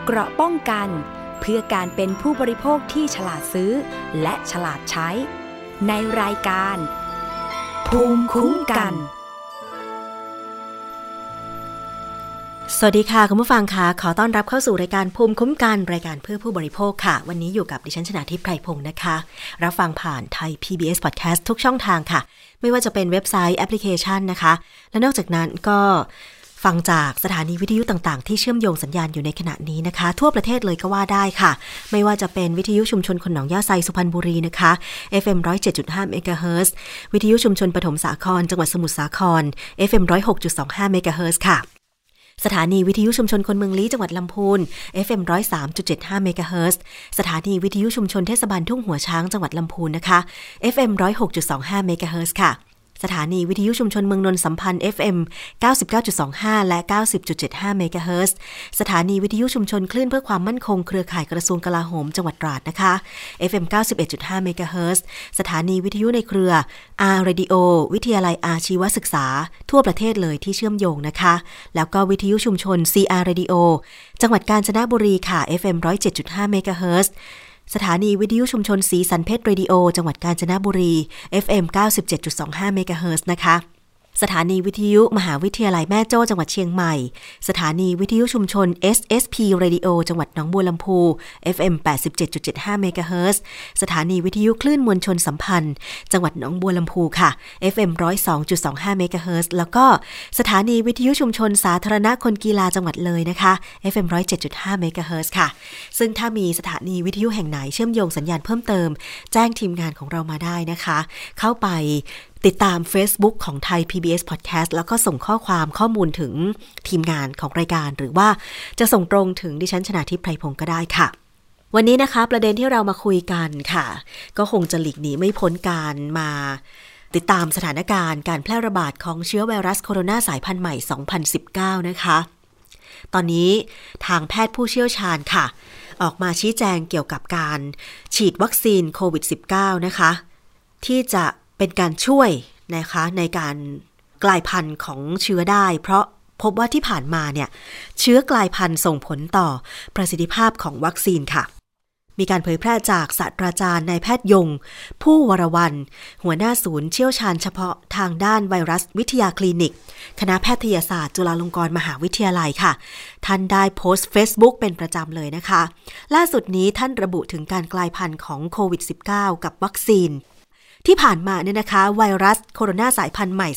เกราะป้องกันเพื่อการเป็นผู้บริโภคที่ฉลาดซื้อและฉลาดใช้ในรายการภูมิคุ้มกันสวัสดีค่ะคุณผู้ฟังค่ะขอต้อนรับเข้าสู่รายการภูมิคุ้มกันรายการเพื่อผู้บริโภคค่ะวันนี้อยู่กับดิฉันชนาธิป ไพรพงศ์นะคะรับฟังผ่านไทย PBS Podcast ทุกช่องทางค่ะไม่ว่าจะเป็นเว็บไซต์แอปพลิเคชันนะคะและนอกจากนั้นก็ฟังจากสถานีวิทยุต่างๆที่เชื่อมโยงสัญญาณอยู่ในขณะนี้นะคะทั่วประเทศเลยก็ว่าได้ค่ะไม่ว่าจะเป็นวิทยุชุมชนคนหนองย่าไซสุพรรณบุรีนะคะ FM 107.5 เมกะเฮิรตซ์วิทยุชุมชนปฐมสาครจังหวัดสมุทรสาคร FM 106.25 เมกะเฮิรตซ์ค่ะสถานีวิทยุชุมชนคนเมืองลี้จังหวัดลำพูน FM 103.75 เมกะเฮิรตซ์สถานีวิทยุชุมชนเทศบาลทุ่งหัวช้างจังหวัดลำพูนนะคะ FM 106.25 เมกะเฮิรตซ์ค่ะสถานีวิทยุชุมชนเมืองนนท์สัมพันธ์ FM 99.25 และ 90.75 เมกะเฮิรตซ์สถานีวิทยุชุมชนคลื่นเพื่อความมั่นคงเครือข่ายกระทรวงกลาโหมจังหวัดตราดนะคะ FM 91.5 เมกะเฮิรตซ์สถานีวิทยุในเครือ R Radio วิทยาลัยอาชีวศึกษาทั่วประเทศเลยที่เชื่อมโยงนะคะแล้วก็วิทยุชุมชน CR Radio จังหวัดกาญจนบุรีค่ะ FM 107.5 เมกะเฮิรตซ์สถานีวิทยุชุมชนสีสันเพชรเรดิโอจังหวัดกาญจนบุรี FM 97.25 เมกะเฮิรตซ์นะคะสถานีวิทยุมหาวิทยาลัยแม่โจ้จังหวัดเชียงใหม่สถานีวิทยุชุมชน SSP Radio จังหวัดหนองบัวลำพู FM 87.75 เมกะเฮิรตซ์สถานีวิทยุคลื่นมวลชนสัมพันธ์จังหวัดหนองบัวลำพูค่ะ FM 102.25 เมกะเฮิรตซ์แล้วก็สถานีวิทยุชุมชนสาธารณะคนกีฬาจังหวัดเลยนะคะ FM 107.5 เมกะเฮิรตซ์ค่ะซึ่งถ้ามีสถานีวิทยุแห่งไหนเชื่อมโยงสัญญาณเพิ่มเติมแจ้งทีมงานของเรามาได้นะคะเข้าไปติดตาม Facebook ของไทย PBS Podcast แล้วก็ส่งข้อมูลถึงทีมงานของรายการหรือว่าจะส่งตรงถึงดิฉันชนาธิป ไพรพงศ์ก็ได้ค่ะวันนี้นะคะประเด็นที่เรามาคุยกันค่ะก็คงจะหลีกหนีไม่พ้นการมาติดตามสถานการณ์การแพร่ระบาดของเชื้อไวรัสโคโรนาสายพันธุ์ใหม่ 2019 นะคะตอนนี้ทางแพทย์ผู้เชี่ยวชาญค่ะออกมาชี้แจงเกี่ยวกับการฉีดวัคซีนโควิด -19 นะคะที่จะเป็นการช่วยนะคะในการกลายพันธุ์ของเชื้อได้เพราะพบว่าที่ผ่านมาเนี่ยเชื้อกลายพันธุ์ส่งผลต่อประสิทธิภาพของวัคซีนค่ะมีการเผยแพร่จากศาสตราจารย์นายแพทย์ยงผู้วรวรรณหัวหน้าศูนย์เชี่ยวชาญเฉพาะทางด้านไวรัสวิทยาคลินิกคณะแพทยศาสตร์จุฬาลงกรณ์มหาวิทยาลัยค่ะท่านได้โพสต์ Facebook เป็นประจำเลยนะคะล่าสุดนี้ท่านระบุถึงการกลายพันธุ์ของโควิด -19 กับวัคซีนที่ผ่านมาเนี่ยนะคะไวรัสโคโรนาสายพันธุ์ใหม่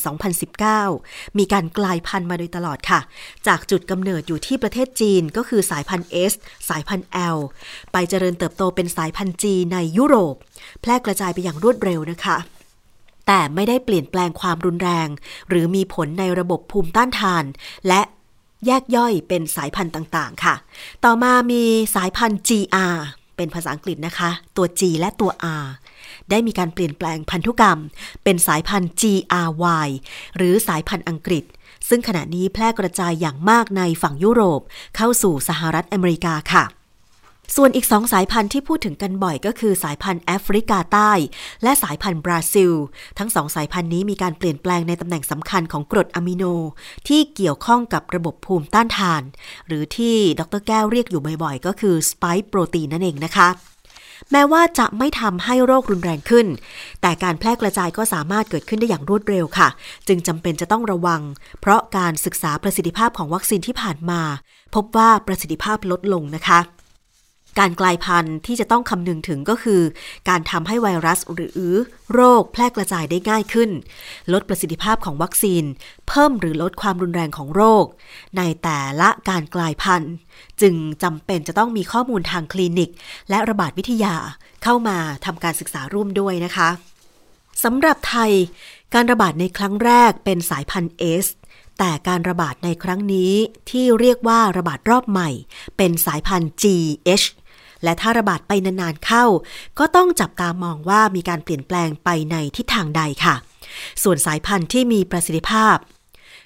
2019 มีการกลายพันธุ์มาโดยตลอดค่ะจากจุดกำเนิดอยู่ที่ประเทศจีนก็คือสายพันธุ์ S สายพันธุ์ L ไปเจริญเติบโตเป็นสายพันธุ์ G ในยุโรปแพร่กระจายไปอย่างรวดเร็วนะคะแต่ไม่ได้เปลี่ยนแปลงความรุนแรงหรือมีผลในระบบภูมิต้านทานและแยกย่อยเป็นสายพันธุ์ต่างๆค่ะต่อมามีสายพันธุ์ GR เป็นภาษาอังกฤษนะคะตัว G และตัว Rได้มีการเปลี่ยนแปลงพันธุกรรมเป็นสายพันธุ์ GRY หรือสายพันธุ์อังกฤษซึ่งขณะนี้แพร่กระจายอย่างมากในฝั่งยุโรปเข้าสู่สหรัฐอเมริกาค่ะส่วนอีก2สายพันธุ์ที่พูดถึงกันบ่อยก็คือสายพันธุ์แอฟริกาใต้และสายพันธุ์บราซิลทั้ง2สายพันธุ์นี้มีการเปลี่ยนแปลงในตำแหน่งสำคัญของกรดอะมิโนที่เกี่ยวข้องกับระบบภูมิต้านทานหรือที่ดร.แก้วเรียกอยู่บ่อยๆก็คือสไปค์โปรตีนนั่นเองนะคะแม้ว่าจะไม่ทำให้โรครุนแรงขึ้นแต่การแพร่กระจายก็สามารถเกิดขึ้นได้อย่างรวดเร็วค่ะจึงจำเป็นจะต้องระวังเพราะการศึกษาประสิทธิภาพของวัคซีนที่ผ่านมาพบว่าประสิทธิภาพลดลงนะคะการกลายพันธุ์ที่จะต้องคำนึงถึงก็คือการทำให้ไวรัสหรือโรคแพร่กระจายได้ง่ายขึ้นลดประสิทธิภาพของวัคซีนเพิ่มหรือลดความรุนแรงของโรคในแต่ละการกลายพันธุ์จึงจำเป็นจะต้องมีข้อมูลทางคลินิกและระบาดวิทยาเข้ามาทำการศึกษาร่วมด้วยนะคะสำหรับไทยการระบาดในครั้งแรกเป็นสายพันธุ์ S แต่การระบาดในครั้งนี้ที่เรียกว่าระบาดรอบใหม่เป็นสายพันธุ์ GH และถ้าระบาดไปนานๆเข้าก็ต้องจับตามองว่ามีการเปลี่ยนแปลงไปในทิศทางใดค่ะส่วนสายพันธุ์ที่มีประสิทธิภาพ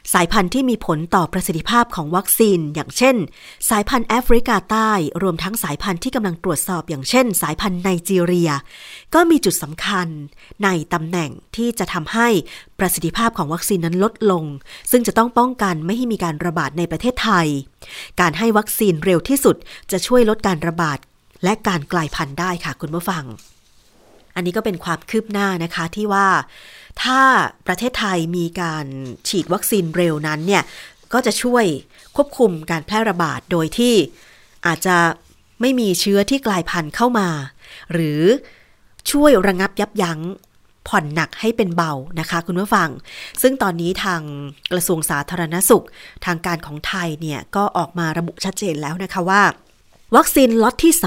สายพันธุ์ที่มีผลต่อประสิทธิภาพของวัคซีนอย่างเช่นสายพันธุ์แอฟริกาใต้รวมทั้งสายพันธุ์ที่กำลังตรวจสอบอย่างเช่นสายพันธุ์ไนจีเรียก็มีจุดสำคัญในตำแหน่งที่จะทำให้ประสิทธิภาพของวัคซีนนั้นลดลงซึ่งจะต้องป้องกันไม่ให้มีการระบาดในประเทศไทยการให้วัคซีนเร็วที่สุดจะช่วยลดการระบาดและการกลายพันธุ์ได้ค่ะคุณผู้ฟังอันนี้ก็เป็นความคืบหน้านะคะที่ว่าถ้าประเทศไทยมีการฉีดวัคซีนเร็วนั้นเนี่ยก็จะช่วยควบคุมการแพร่ระบาดโดยที่อาจจะไม่มีเชื้อที่กลายพันธุ์เข้ามาหรือช่วยระงับยับยั้งผ่อนหนักให้เป็นเบานะคะคุณผู้ฟังซึ่งตอนนี้ทางกระทรวงสาธารณสุขทางการของไทยเนี่ยก็ออกมาระบุชัดเจนแล้วนะคะว่าวัคซีนล็อตที่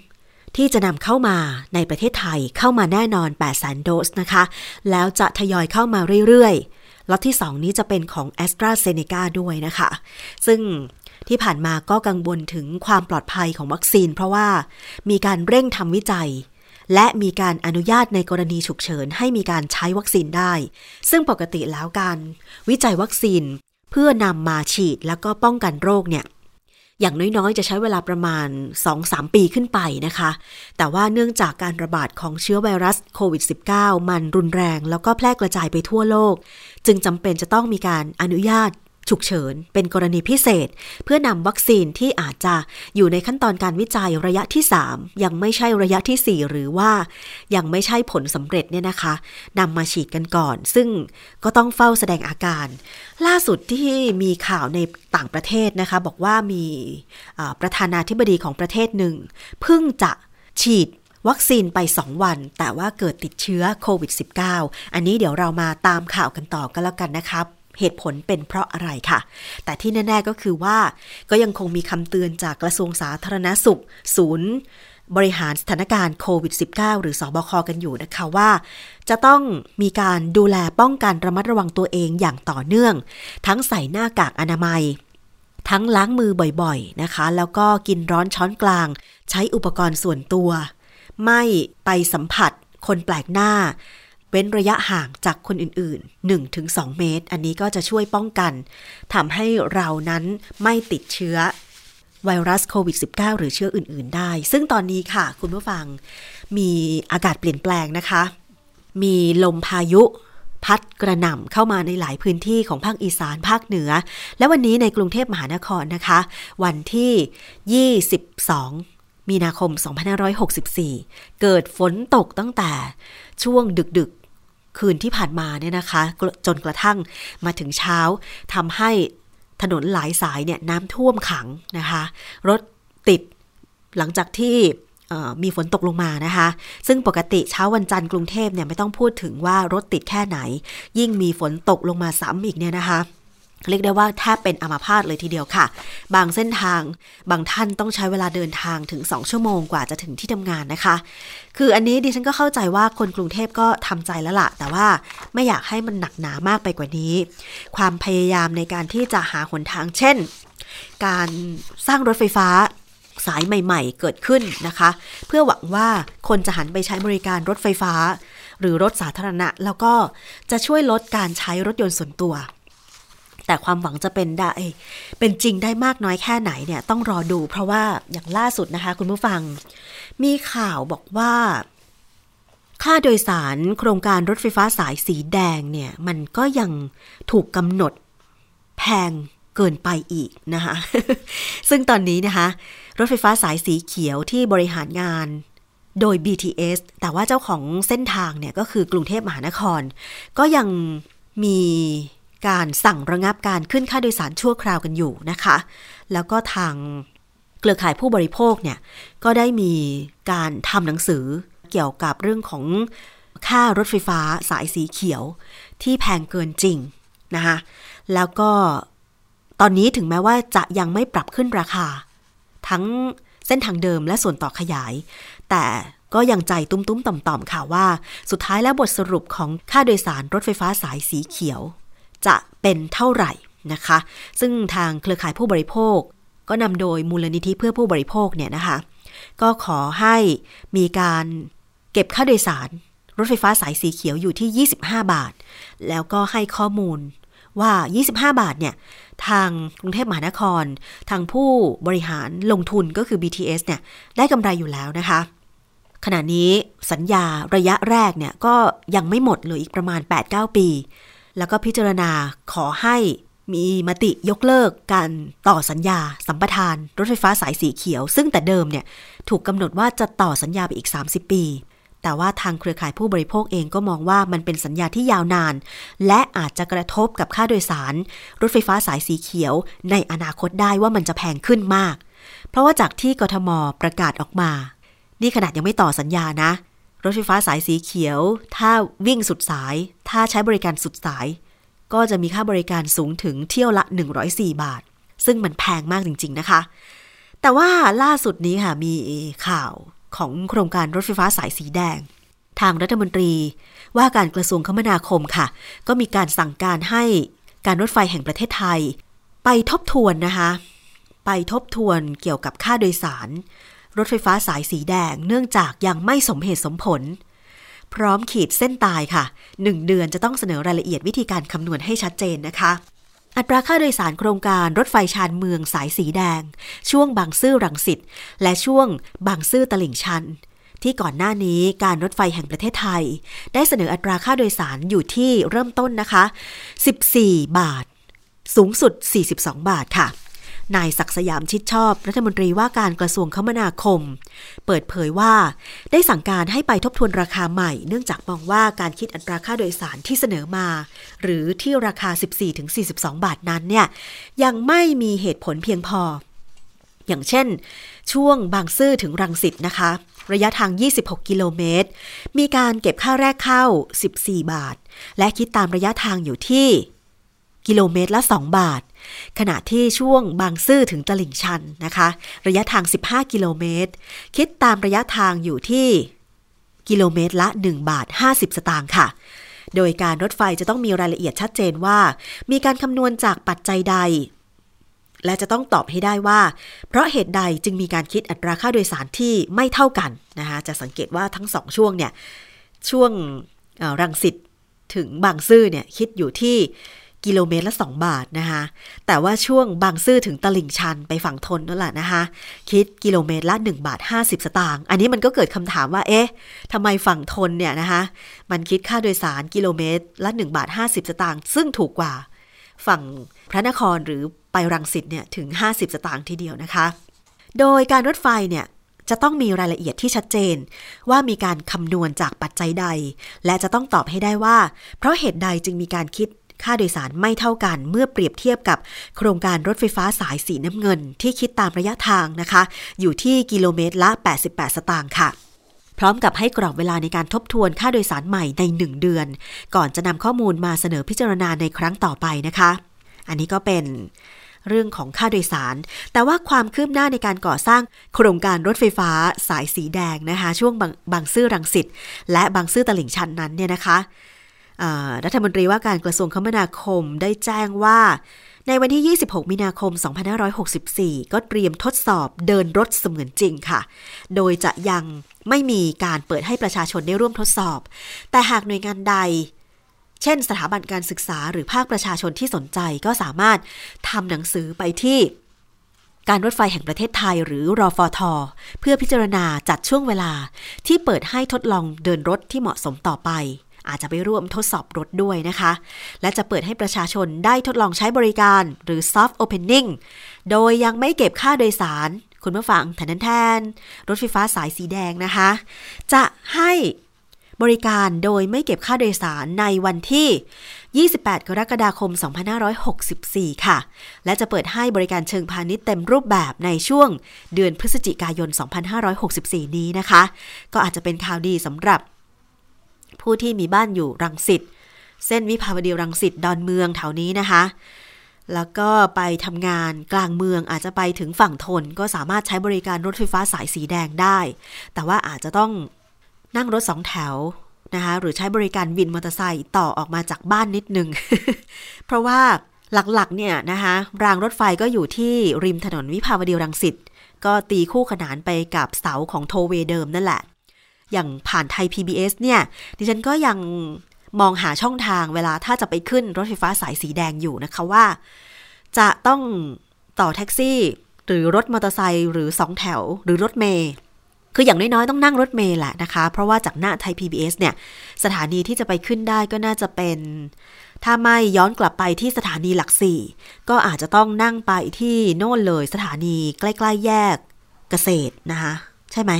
2ที่จะนำเข้ามาในประเทศไทยเข้ามาแน่นอน 800,000 โดสนะคะแล้วจะทยอยเข้ามาเรื่อยๆล็อตที่2นี้จะเป็นของ AstraZeneca ด้วยนะคะซึ่งที่ผ่านมาก็กังวลถึงความปลอดภัยของวัคซีนเพราะว่ามีการเร่งทำวิจัยและมีการอนุญาตในกรณีฉุกเฉินให้มีการใช้วัคซีนได้ซึ่งปกติแล้วการวิจัยวัคซีนเพื่อนำมาฉีดแล้วก็ป้องกันโรคเนี่ยอย่างน้อยๆจะใช้เวลาประมาณ 2-3 ปีขึ้นไปนะคะแต่ว่าเนื่องจากการระบาดของเชื้อไวรัสโควิด -19 มันรุนแรงแล้วก็แพร่กระจายไปทั่วโลกจึงจำเป็นจะต้องมีการอนุญาตฉุกเฉินเป็นกรณีพิเศษเพื่อนำวัคซีนที่อาจจะอยู่ในขั้นตอนการวิจัยระยะที่3ยังไม่ใช่ระยะที่4หรือว่ายังไม่ใช่ผลสำเร็จเนี่ยนะคะนำมาฉีดกันก่อนซึ่งก็ต้องเฝ้าแสดงอาการล่าสุดที่มีข่าวในต่างประเทศนะคะบอกว่ามีประธานาธิบดีของประเทศหนึ่งเพิ่งจะฉีดวัคซีนไป2วันแต่ว่าเกิดติดเชื้อโควิด -19 อันนี้เดี๋ยวเรามาตามข่าวกันต่อกันแล้วกันนะครับเหตุผลเป็นเพราะอะไรค่ะแต่ที่แน่ๆก็คือว่าก็ยังคงมีคำเตือนจากกระทรวงสาธารณสุขศูนย์บริหารสถานการณ์โควิด -19 หรือสบคกันอยู่นะคะว่าจะต้องมีการดูแลป้องกันระมัดระวังตัวเองอย่างต่อเนื่องทั้งใส่หน้ากากอนามัยทั้งล้างมือบ่อยๆนะคะแล้วก็กินร้อนช้อนกลางใช้อุปกรณ์ส่วนตัวไม่ไปสัมผัสคนแปลกหน้าเว้นระยะห่างจากคนอื่นๆ 1-2 เมตรอันนี้ก็จะช่วยป้องกันทำให้เรานั้นไม่ติดเชื้อไวรัสโควิด -19 หรือเชื้ออื่นๆได้ซึ่งตอนนี้ค่ะคุณผู้ฟังมีอากาศเปลี่ยนแปลงนะคะมีลมพายุพัดกระหน่ำเข้ามาในหลายพื้นที่ของภาคอีสานภาคเหนือและวันนี้ในกรุงเทพมหานครนะคะวันที่22มีนาคม2564เกิดฝนตกตั้งแต่ช่วงดึกคืนที่ผ่านมาเนี่ยนะคะจนกระทั่งมาถึงเช้าทำให้ถนนหลายสายเนี่ยน้ำท่วมขังนะคะรถติดหลังจากที่มีฝนตกลงมานะคะซึ่งปกติเช้าวันจันทร์กรุงเทพเนี่ยไม่ต้องพูดถึงว่ารถติดแค่ไหนยิ่งมีฝนตกลงมาซ้ำอีกเนี่ยนะคะเรียกได้ว่าแทบเป็นอัมพาตเลยทีเดียวค่ะบางเส้นทางบางท่านต้องใช้เวลาเดินทางถึง2ชั่วโมงกว่าจะถึงที่ทำงานนะคะคืออันนี้ดิฉันก็เข้าใจว่าคนกรุงเทพก็ทำใจแล้วล่ะแต่ว่าไม่อยากให้มันหนักหนามากไปกว่านี้ความพยายามในการที่จะหาหนทางเช่นการสร้างรถไฟฟ้าสายใหม่ๆเกิดขึ้นนะคะเพื่อหวังว่าคนจะหันไปใช้บริการรถไฟฟ้าหรือรถสาธารณะแล้วก็จะช่วยลดการใช้รถยนต์ส่วนตัวแต่ความหวังจะเป็นจริงได้มากน้อยแค่ไหนเนี่ยต้องรอดูเพราะว่าอย่างล่าสุดนะคะคุณผู้ฟังมีข่าวบอกว่าค่าโดยสารโครงการรถไฟฟ้าสายสีแดงเนี่ยมันก็ยังถูกกำหนดแพงเกินไปอีกนะคะ ซึ่งตอนนี้นะคะรถไฟฟ้าสายสีเขียวที่บริหารงานโดย BTS แต่ว่าเจ้าของเส้นทางเนี่ยก็คือกรุงเทพมหานครก็ยังมีการสั่งระงับการขึ้นค่าโดยสารชั่วคราวกันอยู่นะคะแล้วก็ทางเครือข่ายผู้บริโภคเนี่ยก็ได้มีการทำหนังสือเกี่ยวกับเรื่องของค่ารถไฟฟ้าสายสีเขียวที่แพงเกินจริงนะคะแล้วก็ตอนนี้ถึงแม้ว่าจะยังไม่ปรับขึ้นราคาทั้งเส้นทางเดิมและส่วนต่อขยายแต่ก็ยังใจตุ้มๆต่อมๆค่ะว่าสุดท้ายแล้วบทสรุปของค่าโดยสารรถไฟฟ้าสายสีเขียวจะเป็นเท่าไหร่นะคะซึ่งทางเครือข่ายผู้บริโภคก็นำโดยมูลนิธิเพื่อผู้บริโภคเนี่ยนะคะก็ขอให้มีการเก็บค่าโดยสารรถไฟฟ้าสายสีเขียวอยู่ที่25 บาทแล้วก็ให้ข้อมูลว่า25 บาทเนี่ยทางกรุงเทพมหานครทางผู้บริหารลงทุนก็คือ BTS เนี่ยได้กำไรอยู่แล้วนะคะขณะนี้สัญญาระยะแรกเนี่ยก็ยังไม่หมดเลยอีกประมาณ 8-9 ปีแล้วก็พิจารณาขอให้มีมติยกเลิกการต่อสัญญาสัมปทานรถไฟฟ้าสายสีเขียวซึ่งแต่เดิมเนี่ยถูกกำหนดว่าจะต่อสัญญาไปอีก30 ปีแต่ว่าทางเครือข่ายผู้บริโภคเองก็มองว่ามันเป็นสัญญาที่ยาวนานและอาจจะกระทบกับค่าโดยสารรถไฟฟ้าสายสีเขียวในอนาคตได้ว่ามันจะแพงขึ้นมากเพราะว่าจากที่กทม.ประกาศออกมานี่ขนาดยังไม่ต่อสัญญานะรถไฟฟ้าสายสีเขียวถ้าวิ่งสุดสายถ้าใช้บริการสุดสายก็จะมีค่าบริการสูงถึงเที่ยวละ104 บาทซึ่งมันแพงมากจริงๆนะคะแต่ว่าล่าสุดนี้ค่ะมีข่าวของโครงการรถไฟฟ้าสายสีแดงทางรัฐมนตรีว่าการกระทรวงคมนาคมค่ะก็มีการสั่งการให้การรถไฟแห่งประเทศไทยไปทบทวนนะคะไปทบทวนเกี่ยวกับค่าโดยสารรถไฟฟ้าสายสีแดงเนื่องจากยังไม่สมเหตุสมผลพร้อมขีดเส้นตายค่ะ1 เดือนจะต้องเสนอรายละเอียดวิธีการคำนวณให้ชัดเจนนะคะอัตราค่าโดยสารโครงการรถไฟชานเมืองสายสีแดงช่วงบางซื่อรังสิตและช่วงบางซื่อตลิ่งชันที่ก่อนหน้านี้การรถไฟแห่งประเทศไทยได้เสนออัตราค่าโดยสารอยู่ที่เริ่มต้นนะคะ14 บาทสูงสุด42 บาทค่ะนายศักดิ์สยามชิดชอบรัฐมนตรีว่าการกระทรวงคมนาคมเปิดเผยว่าได้สั่งการให้ไปทบทวนราคาใหม่เนื่องจากมองว่าการคิดอัตราค่าโดยสารที่เสนอมาหรือที่ราคา 14-42 บาทนั้นเนี่ยยังไม่มีเหตุผลเพียงพออย่างเช่นช่วงบางซื่อถึงรังสิตนะคะระยะทาง26 กิโลเมตรมีการเก็บค่าแรกเข้า14 บาทและคิดตามระยะทางอยู่ที่กิโลเมตรละ2 บาทขณะที่ช่วงบางซื่อถึงตลิ่งชันนะคะระยะทาง15 กิโลเมตรคิดตามระยะทางอยู่ที่กิโลเมตรละ1 บาท 50 สตางค์ค่ะโดยการรถไฟจะต้องมีรายละเอียดชัดเจนว่ามีการคำนวณจากปัจจัยใดและจะต้องตอบให้ได้ว่าเพราะเหตุใดจึงมีการคิดอัตราค่าโดยสารที่ไม่เท่ากันนะคะจะสังเกตว่าทั้ง2ช่วงเนี่ยช่วงรังสิตถึงบางซื่อเนี่ยคิดอยู่ที่กิโลเมตรละ2 บาทนะคะแต่ว่าช่วงบางซื่อถึงตลิ่งชันไปฝั่งทนนั่นแหละนะคะคิดกิโลเมตรละ1 บาท 50 สตางค์อันนี้มันก็เกิดคำถามว่าเอ๊ะทำไมฝั่งทนเนี่ยนะคะมันคิดค่าโดยสารกิโลเมตรละ1 บาท 50 สตางค์ซึ่งถูกกว่าฝั่งพระนครหรือไปรังสิตเนี่ยถึง50 สตางค์ทีเดียวนะคะโดยการรถไฟเนี่ยจะต้องมีรายละเอียดที่ชัดเจนว่ามีการคำนวณจากปัจจัยใดและจะต้องตอบให้ได้ว่าเพราะเหตุใดจึงมีการคิดค่าโดยสารไม่เท่ากันเมื่อเปรียบเทียบกับโครงการรถไฟฟ้าสายสีน้ำเงินที่คิดตามระยะทางนะคะอยู่ที่กิโลเมตรละ88 สตางค์ค่ะพร้อมกับให้กรอบเวลาในการทบทวนค่าโดยสารใหม่ใน1 เดือนก่อนจะนำข้อมูลมาเสนอพิจารณาในครั้งต่อไปนะคะอันนี้ก็เป็นเรื่องของค่าโดยสารแต่ว่าความคืบหน้าในการก่อสร้างโครงการรถไฟฟ้าสายสีแดงนะคะช่วงบางซื่อรังสิตและบางซื่อตลิ่งชันนั้นเนี่ยนะคะรัฐมนตรีว่าการกระทรวงคมนาคมได้แจ้งว่าในวันที่26 มีนาคม 2564ก็เตรียมทดสอบเดินรถเสมือนจริงค่ะโดยจะยังไม่มีการเปิดให้ประชาชนได้ร่วมทดสอบแต่หากหน่วยงานใดเช่นสถาบันการศึกษาหรือภาคประชาชนที่สนใจก็สามารถทำหนังสือไปที่การรถไฟแห่งประเทศไทยหรือรฟท.เพื่อพิจารณาจัดช่วงเวลาที่เปิดให้ทดลองเดินรถที่เหมาะสมต่อไปอาจจะไปร่วมทดสอบรถด้วยนะคะและจะเปิดให้ประชาชนได้ทดลองใช้บริการหรือ soft opening โดยยังไม่เก็บค่าโดยสารคุณผู้ฟังแทนรถไฟฟ้าสายสีแดงนะคะจะให้บริการโดยไม่เก็บค่าโดยสารในวันที่28 กรกฎาคม 2564ค่ะและจะเปิดให้บริการเชิงพาณิชย์เต็มรูปแบบในช่วงเดือนพฤศจิกายน 2564 นี้นะคะก็อาจจะเป็นข่าวดีสำหรับผู้ที่มีบ้านอยู่รังสิตเส้นวิภาวดีรังสิตดอนเมืองแถวนี้นะคะแล้วก็ไปทำงานกลางเมืองอาจจะไปถึงฝั่งทนก็สามารถใช้บริการรถไฟฟ้าสายสีแดงได้แต่ว่าอาจจะต้องนั่งรถ2 แถวนะคะหรือใช้บริการวินมอเตอร์ไซค์ต่อออกมาจากบ้านนิดนึง เพราะว่าหลักๆเนี่ยนะคะรางรถไฟก็อยู่ที่ริมถนนวิภาวดีรังสิตก็ตีคู่ขนานไปกับเสาของโทเวย์เดิมนั่นแหละอย่างผ่านไทย PBS เนี่ยดิฉันก็ยังมองหาช่องทางเวลาถ้าจะไปขึ้นรถไฟฟ้าสายสีแดงอยู่นะคะว่าจะต้องต่อแท็กซี่หรือรถมอเตอร์ไซค์หรือ2แถวหรือรถเมล์คืออย่างน้อยๆต้องนั่งรถเมล์แหละนะคะเพราะว่าจากหน้าไทย PBS เนี่ยสถานีที่จะไปขึ้นได้ก็น่าจะเป็นถ้าไม่ย้อนกลับไปที่สถานีหลัก4ก็อาจจะต้องนั่งไปที่โน่นเลยสถานีใกล้ๆแยกเกษตรนะคะใช่ไหม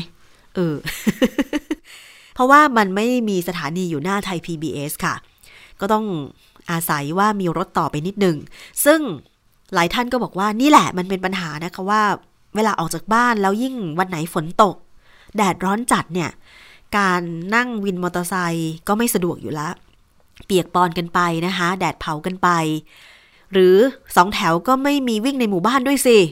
เพราะว่ามันไม่มีสถานีอยู่หน้าไทย PBS ค่ะก็ต้องอาศัยว่ามีรถต่อไปนิดนึงซึ่งหลายท่านก็บอกว่านี่แหละมันเป็นปัญหานะคะว่าเวลาออกจากบ้านแล้วยิ่งวันไหนฝนตกแดดร้อนจัดเนี่ยการนั่งวินมอเตอร์ไซค์ก็ไม่สะดวกอยู่แล้วเปียกปอนกันไปนะคะแดดเผากันไปหรือ2แถวก็ไม่มีวิ่งในหมู่บ้านด้วยสิ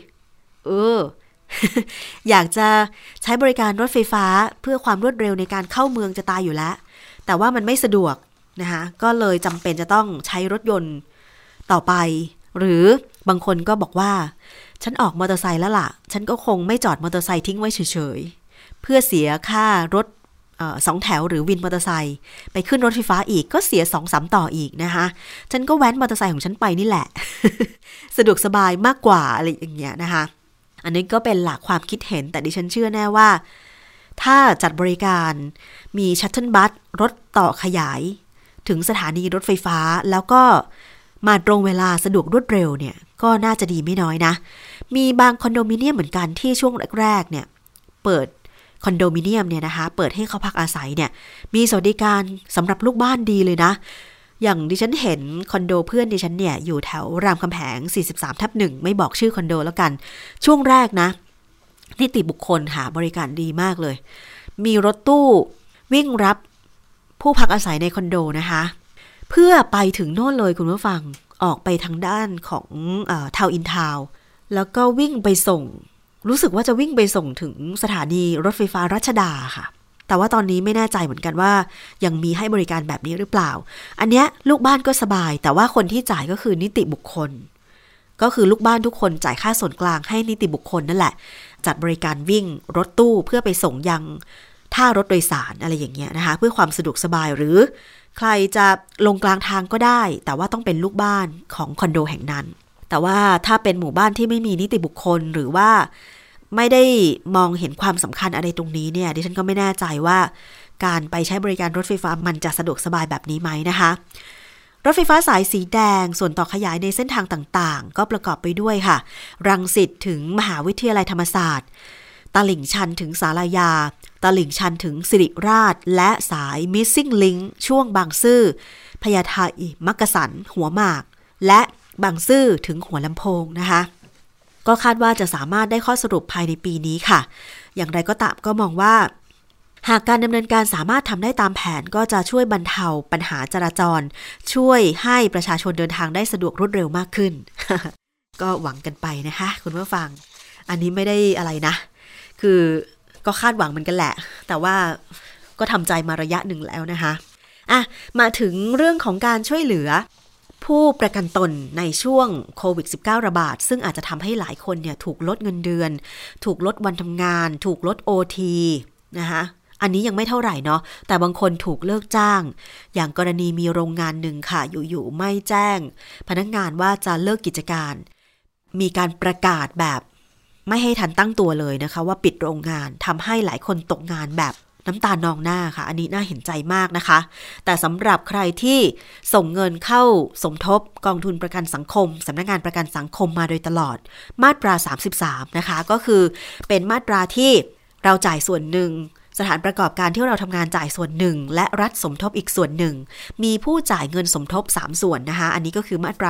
อยากจะใช้บริการรถไฟฟ้าเพื่อความรวดเร็วในการเข้าเมืองจะตายอยู่แล้วแต่ว่ามันไม่สะดวกนะคะก็เลยจำเป็นจะต้องใช้รถยนต์ต่อไปหรือบางคนก็บอกว่าฉันออกมอเตอร์ไซค์แล้วล่ะฉันก็คงไม่จอดมอเตอร์ไซค์ทิ้งไว้เฉยๆเพื่อเสียค่ารถ2แถวหรือวินมอเตอร์ไซค์ไปขึ้นรถไฟฟ้าอีกก็เสีย 2-3 ต่ออีกนะคะฉันก็แว้นมอเตอร์ไซค์ของฉันไปนี่แหละ สะดวกสบายมากกว่าอะไรอย่างเงี้ยนะคะอันนี้ก็เป็นหลักความคิดเห็นแต่ดิฉันเชื่อแน่ว่าถ้าจัดบริการมีชัตเทิลบัสรถต่อขยายถึงสถานีรถไฟฟ้าแล้วก็มาตรงเวลาสะดวกรวดเร็วเนี่ยก็น่าจะดีไม่น้อยนะมีบางคอนโดมิเนียมเหมือนกันที่ช่วงแรกๆเนี่ยเปิดคอนโดมิเนียมเนี่ยนะคะเปิดให้เขาพักอาศัยเนี่ยมีสวัสดิการสำหรับลูกบ้านดีเลยนะอย่างดิฉันเห็นคอนโดเพื่อนดิฉันเนี่ยอยู่แถวรามคำแหง 43/1 ไม่บอกชื่อคอนโดแล้วกันช่วงแรกนะนิติบุคคลหาบริการดีมากเลยมีรถตู้วิ่งรับผู้พักอาศัยในคอนโดนะคะเพื่อไปถึงโน่นเลยคุณผู้ฟังออกไปทางด้านของทาวน์อินทาวน์แล้วก็วิ่งไปส่งรู้สึกว่าจะวิ่งไปส่งถึงสถานีรถไฟฟ้ารัชดาค่ะแต่ว่าตอนนี้ไม่แน่ใจเหมือนกันว่ายังมีให้บริการแบบนี้หรือเปล่าอันเนี้ยลูกบ้านก็สบายแต่ว่าคนที่จ่ายก็คือนิติบุคคลก็คือลูกบ้านทุกคนจ่ายค่าส่วนกลางให้นิติบุคคลนั่นแหละจัดบริการวิ่งรถตู้เพื่อไปส่งยังท่ารถโดยสารอะไรอย่างเงี้ยนะคะเพื่อความสะดวกสบายหรือใครจะลงกลางทางก็ได้แต่ว่าต้องเป็นลูกบ้านของคอนโดแห่งนั้นแต่ว่าถ้าเป็นหมู่บ้านที่ไม่มีนิติบุคคลหรือว่าไม่ได้มองเห็นความสำคัญอะไรตรงนี้เนี่ยดิฉันก็ไม่แน่ใจว่าการไปใช้บริการรถไฟฟ้ามันจะสะดวกสบายแบบนี้ไหมนะคะรถไฟฟ้าสายสีแดงส่วนต่อขยายในเส้นทางต่างๆก็ประกอบไปด้วยค่ะรังสิตถึงมหาวิทยาลัยธรรมศาสตร์ตลิ่งชันถึงศาลายาตลิ่งชันถึงสิริราชและสาย Missing Link ช่วงบางซื่อพญาไทมักกะสันหัวหมากและบางซื่อถึงหัวลำโพงนะคะก็คาดว่าจะสามารถได้ข้อสรุปภายในปีนี้ค่ะอย่างไรก็ตามก็มองว่าหากการดำเนินการสามารถทำได้ตามแผนก็จะช่วยบรรเทาปัญหาจราจรช่วยให้ประชาชนเดินทางได้สะดวกรวดเร็วมากขึ้น ก็หวังกันไปนะคะคุณผู้ฟังอันนี้ไม่ได้อะไรนะคือก็คาดหวังเหมือนกันแหละแต่ว่าก็ทำใจมาระยะหนึ่งแล้วนะคะมาถึงเรื่องของการช่วยเหลือผู้ประกันตนในช่วงโควิด -19 ระบาดซึ่งอาจจะทำให้หลายคนเนี่ยถูกลดเงินเดือนถูกลดวันทำงานถูกลด OT นะคะอันนี้ยังไม่เท่าไหร่เนาะแต่บางคนถูกเลิกจ้างอย่างกรณีมีโรงงานหนึ่งค่ะอยู่ๆไม่แจ้งพนักงานว่าจะเลิกกิจการมีการประกาศแบบไม่ให้ทันตั้งตัวเลยนะคะว่าปิดโรงงานทำให้หลายคนตกงานแบบน้ำตานองหน้าค่ะอันนี้น่าเห็นใจมากนะคะแต่สำหรับใครที่ส่งเงินเข้าสมทบกองทุนประกันสังคมสำนักงานประกันสังคมมาโดยตลอดมาตรา33นะคะก็คือเป็นมาตราที่เราจ่ายส่วนหนึ่งสถานประกอบการที่เราทำงานจ่ายส่วนหนึ่งและรัฐสมทบอีกส่วนหนึ่งมีผู้จ่ายเงินสมทบ3ส่วนนะคะอันนี้ก็คือมาตรา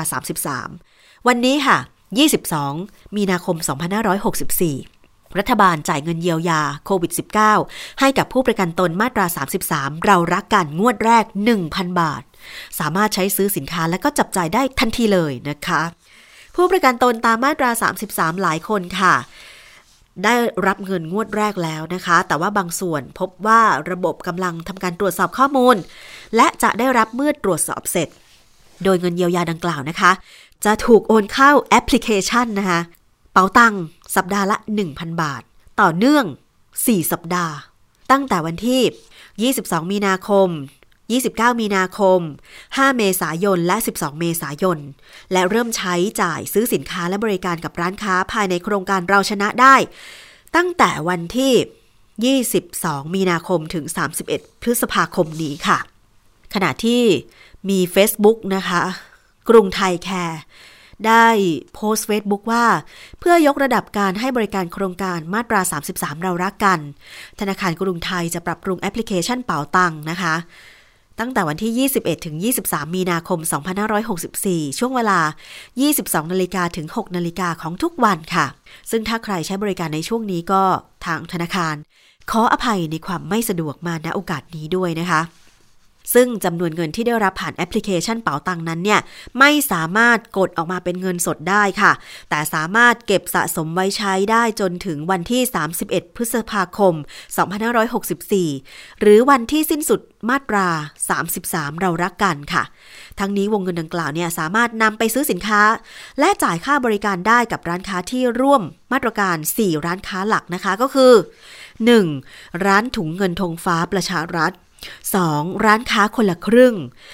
33วันนี้ค่ะ22 มีนาคม 2564รัฐบาลจ่ายเงินเยียวยาโควิด -19 ให้กับผู้ประกันตนมาตรา33เรารักกันงวดแรก 1,000 บาทสามารถใช้ซื้อสินค้าและก็จับจ่ายได้ทันทีเลยนะคะผู้ประกันตนตามมาตรา33หลายคนค่ะได้รับเงินงวดแรกแล้วนะคะแต่ว่าบางส่วนพบว่าระบบกำลังทำการตรวจสอบข้อมูลและจะได้รับเมื่อตรวจสอบเสร็จโดยเงินเยียวยาดังกล่าวนะคะจะถูกโอนเข้าแอปพลิเคชันนะคะเป๋าตังค์สัปดาห์ละ 1,000 บาทต่อเนื่อง4สัปดาห์ตั้งแต่วันที่22 มีนาคม 29 มีนาคม 5 เมษายน และ 12 เมษายน และเริ่มใช้จ่ายซื้อสินค้าและบริการกับร้านค้าภายในโครงการเราชนะได้ตั้งแต่วันที่ 22 มีนาคม ถึง 31 พฤษภาคมนี้ค่ะขณะที่มี Facebook นะคะกรุงไทยแคร์ได้โพสต์ Facebook ว่าเพื่อยกระดับการให้บริการโครงการมาตรา 33 เรารักกันธนาคารกรุงไทยจะปรับปรุงแอปพลิเคชันเป๋าตังค์นะคะตั้งแต่วันที่ 21 ถึง 23 มีนาคม 2564 ช่วงเวลา 22 นาฬิกาถึง 6 นาฬิกาของทุกวันค่ะซึ่งถ้าใครใช้บริการในช่วงนี้ก็ทางธนาคารขออภัยในความไม่สะดวกมาณโอกาสนี้ด้วยนะคะซึ่งจำนวนเงินที่ได้รับผ่านแอปพลิเคชันเป๋าตังค์นั้นเนี่ยไม่สามารถกดออกมาเป็นเงินสดได้ค่ะแต่สามารถเก็บสะสมไว้ใช้ได้จนถึงวันที่ 31 พฤษภาคม 2564 หรือวันที่สิ้นสุดมาตรา 33 เรารักกันค่ะทั้งนี้วงเงินดังกล่าวเนี่ยสามารถนำไปซื้อสินค้าและจ่ายค่าบริการได้กับร้านค้าที่ร่วมมาตรการ 4 ร้านค้าหลักนะคะก็คือ 1. ร้านถุงเงินธงฟ้าประชารัฐ2. ร้านค้าคนละครึ่ง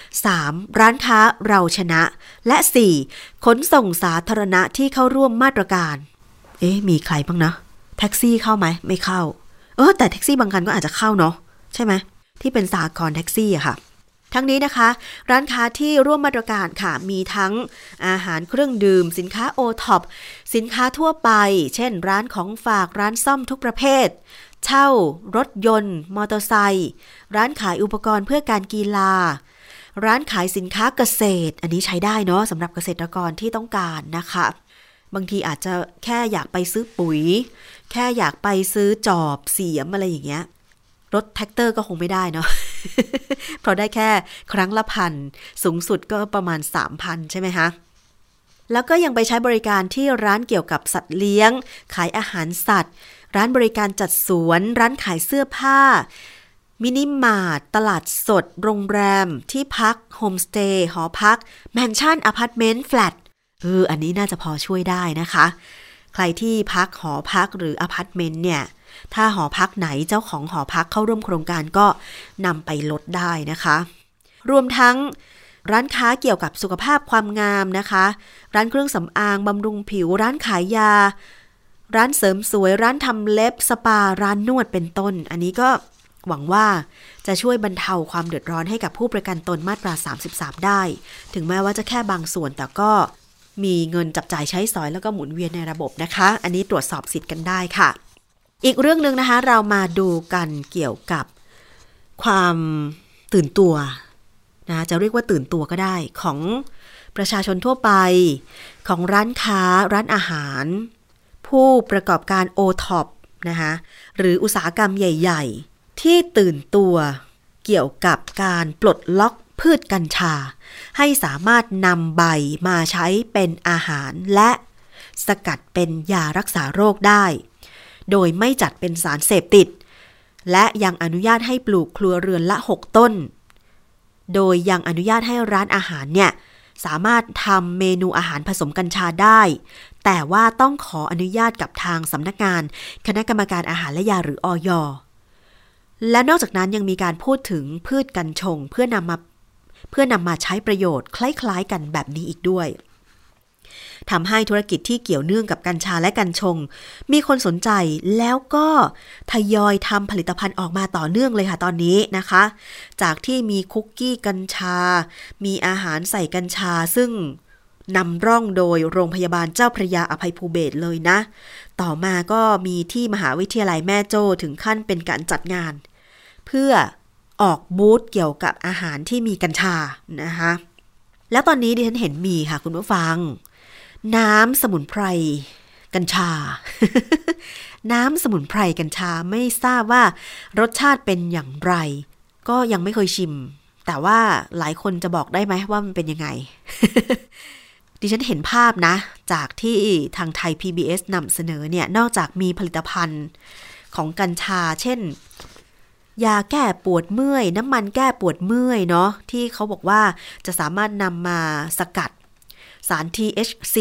3. ร้านค้าเราชนะและ 4. ขนส่งสาธารณะที่เข้าร่วมมาตรการมีใครบ้างนะแท็กซี่เข้าไหมไม่เข้าแต่แท็กซี่บางคันก็อาจจะเข้าเนาะใช่ไหมที่เป็นสหกรณ์แท็กซี่อะค่ะทั้งนี้นะคะร้านค้าที่ร่วมมาตรการค่ะมีทั้งอาหารเครื่องดื่มสินค้าโอท็อปสินค้าทั่วไปเช่นร้านของฝากร้านซ่อมทุกประเภทเช่ารถยนต์มอเตอร์ไซค์ร้านขายอุปกรณ์เพื่อการกีฬาร้านขายสินค้าเกษตรอันนี้ใช้ได้เนาะสำหรับเกษตรกรที่ต้องการนะคะบางทีอาจจะแค่อยากไปซื้อปุ๋ยแค่อยากไปซื้อจอบเสียมอะไรอย่างเงี้ยรถแท็กเตอร์ก็คงไม่ได้เนาะ เพราะได้แค่ครั้งละพันสูงสุดก็ประมาณ 3,000 ใช่ไหมคะแล้วก็ยังไปใช้บริการที่ร้านเกี่ยวกับสัตว์เลี้ยงขายอาหารสัตว์ร้านบริการจัดสวนร้านขายเสื้อผ้ามินิมาร์ทตลาดสดโรงแรมที่พักโฮมสเตย์หอพักแมนชั่นอพาร์ตเมนต์แฟลตอันนี้น่าจะพอช่วยได้นะคะใครที่พักหอพักหรืออพาร์ตเมนต์เนี่ยถ้าหอพักไหนเจ้าของหอพักเข้าร่วมโครงการก็นำไปลดได้นะคะรวมทั้งร้านค้าเกี่ยวกับสุขภาพความงามนะคะร้านเครื่องสำอางบำรุงผิวร้านขายยาร้านเสริมสวยร้านทำเล็บสปาร้านนวดเป็นต้นอันนี้ก็หวังว่าจะช่วยบรรเทาความเดือดร้อนให้กับผู้ประกันตนมาตรา 33 ได้ถึงแม้ว่าจะแค่บางส่วนแต่ก็มีเงินจับจ่ายใช้สอยแล้วก็หมุนเวียนในระบบนะคะอันนี้ตรวจสอบสิทธิ์กันได้ค่ะอีกเรื่องนึงนะคะเรามาดูกันเกี่ยวกับความตื่นตัวนะจะเรียกว่าตื่นตัวก็ได้ของประชาชนทั่วไปของร้านค้าร้านอาหารผู้ประกอบการ OTOP นะคะหรืออุตสาหกรรมใหญ่ๆที่ตื่นตัวเกี่ยวกับการปลดล็อกพืชกัญชาให้สามารถนำใบมาใช้เป็นอาหารและสกัดเป็นยารักษาโรคได้โดยไม่จัดเป็นสารเสพติดและยังอนุญาตให้ปลูกครัวเรือนละ6ต้นโดยยังอนุญาตให้ร้านอาหารเนี่ยสามารถทำเมนูอาหารผสมกัญชาได้แต่ว่าต้องขออนุญาตกับทางสำนักงานคณะกรรมการอาหารและยาหรืออย.และนอกจากนั้นยังมีการพูดถึงพืชกัญชงเพื่อนำมาใช้ประโยชน์คล้ายๆกันแบบนี้อีกด้วยทำให้ธุรกิจที่เกี่ยวเนื่องกับกัญชาและกัญชงมีคนสนใจแล้วก็ทยอยทำผลิตภัณฑ์ออกมาต่อเนื่องเลยค่ะตอนนี้นะคะจากที่มีคุกกี้กัญชามีอาหารใส่กัญชาซึ่งนำร่องโดยโรงพยาบาลเจ้าพระยาอภัยภูเบศรเลยนะต่อมาก็มีที่มหาวิทยาลัยแม่โจ้ถึงขั้นเป็นการจัดงานเพื่อออกบูธเกี่ยวกับอาหารที่มีกัญชานะคะแล้วตอนนี้ดิฉันเห็นมีค่ะคุณผู้ฟังน้ำสมุนไพรกัญชา น้ำสมุนไพรกัญชาไม่ทราบว่ารสชาติเป็นอย่างไรก็ยังไม่เคยชิมแต่ว่าหลายคนจะบอกได้ไหมว่ามันเป็นยังไง ดิฉันเห็นภาพนะจากที่ทางไทย PBS นำเสนอเนี่ยนอกจากมีผลิตภัณฑ์ของกัญชาเช่นยาแก้ปวดเมื่อยน้ำมันแก้ปวดเมื่อยเนาะที่เขาบอกว่าจะสามารถนำมาสกัดสาร THC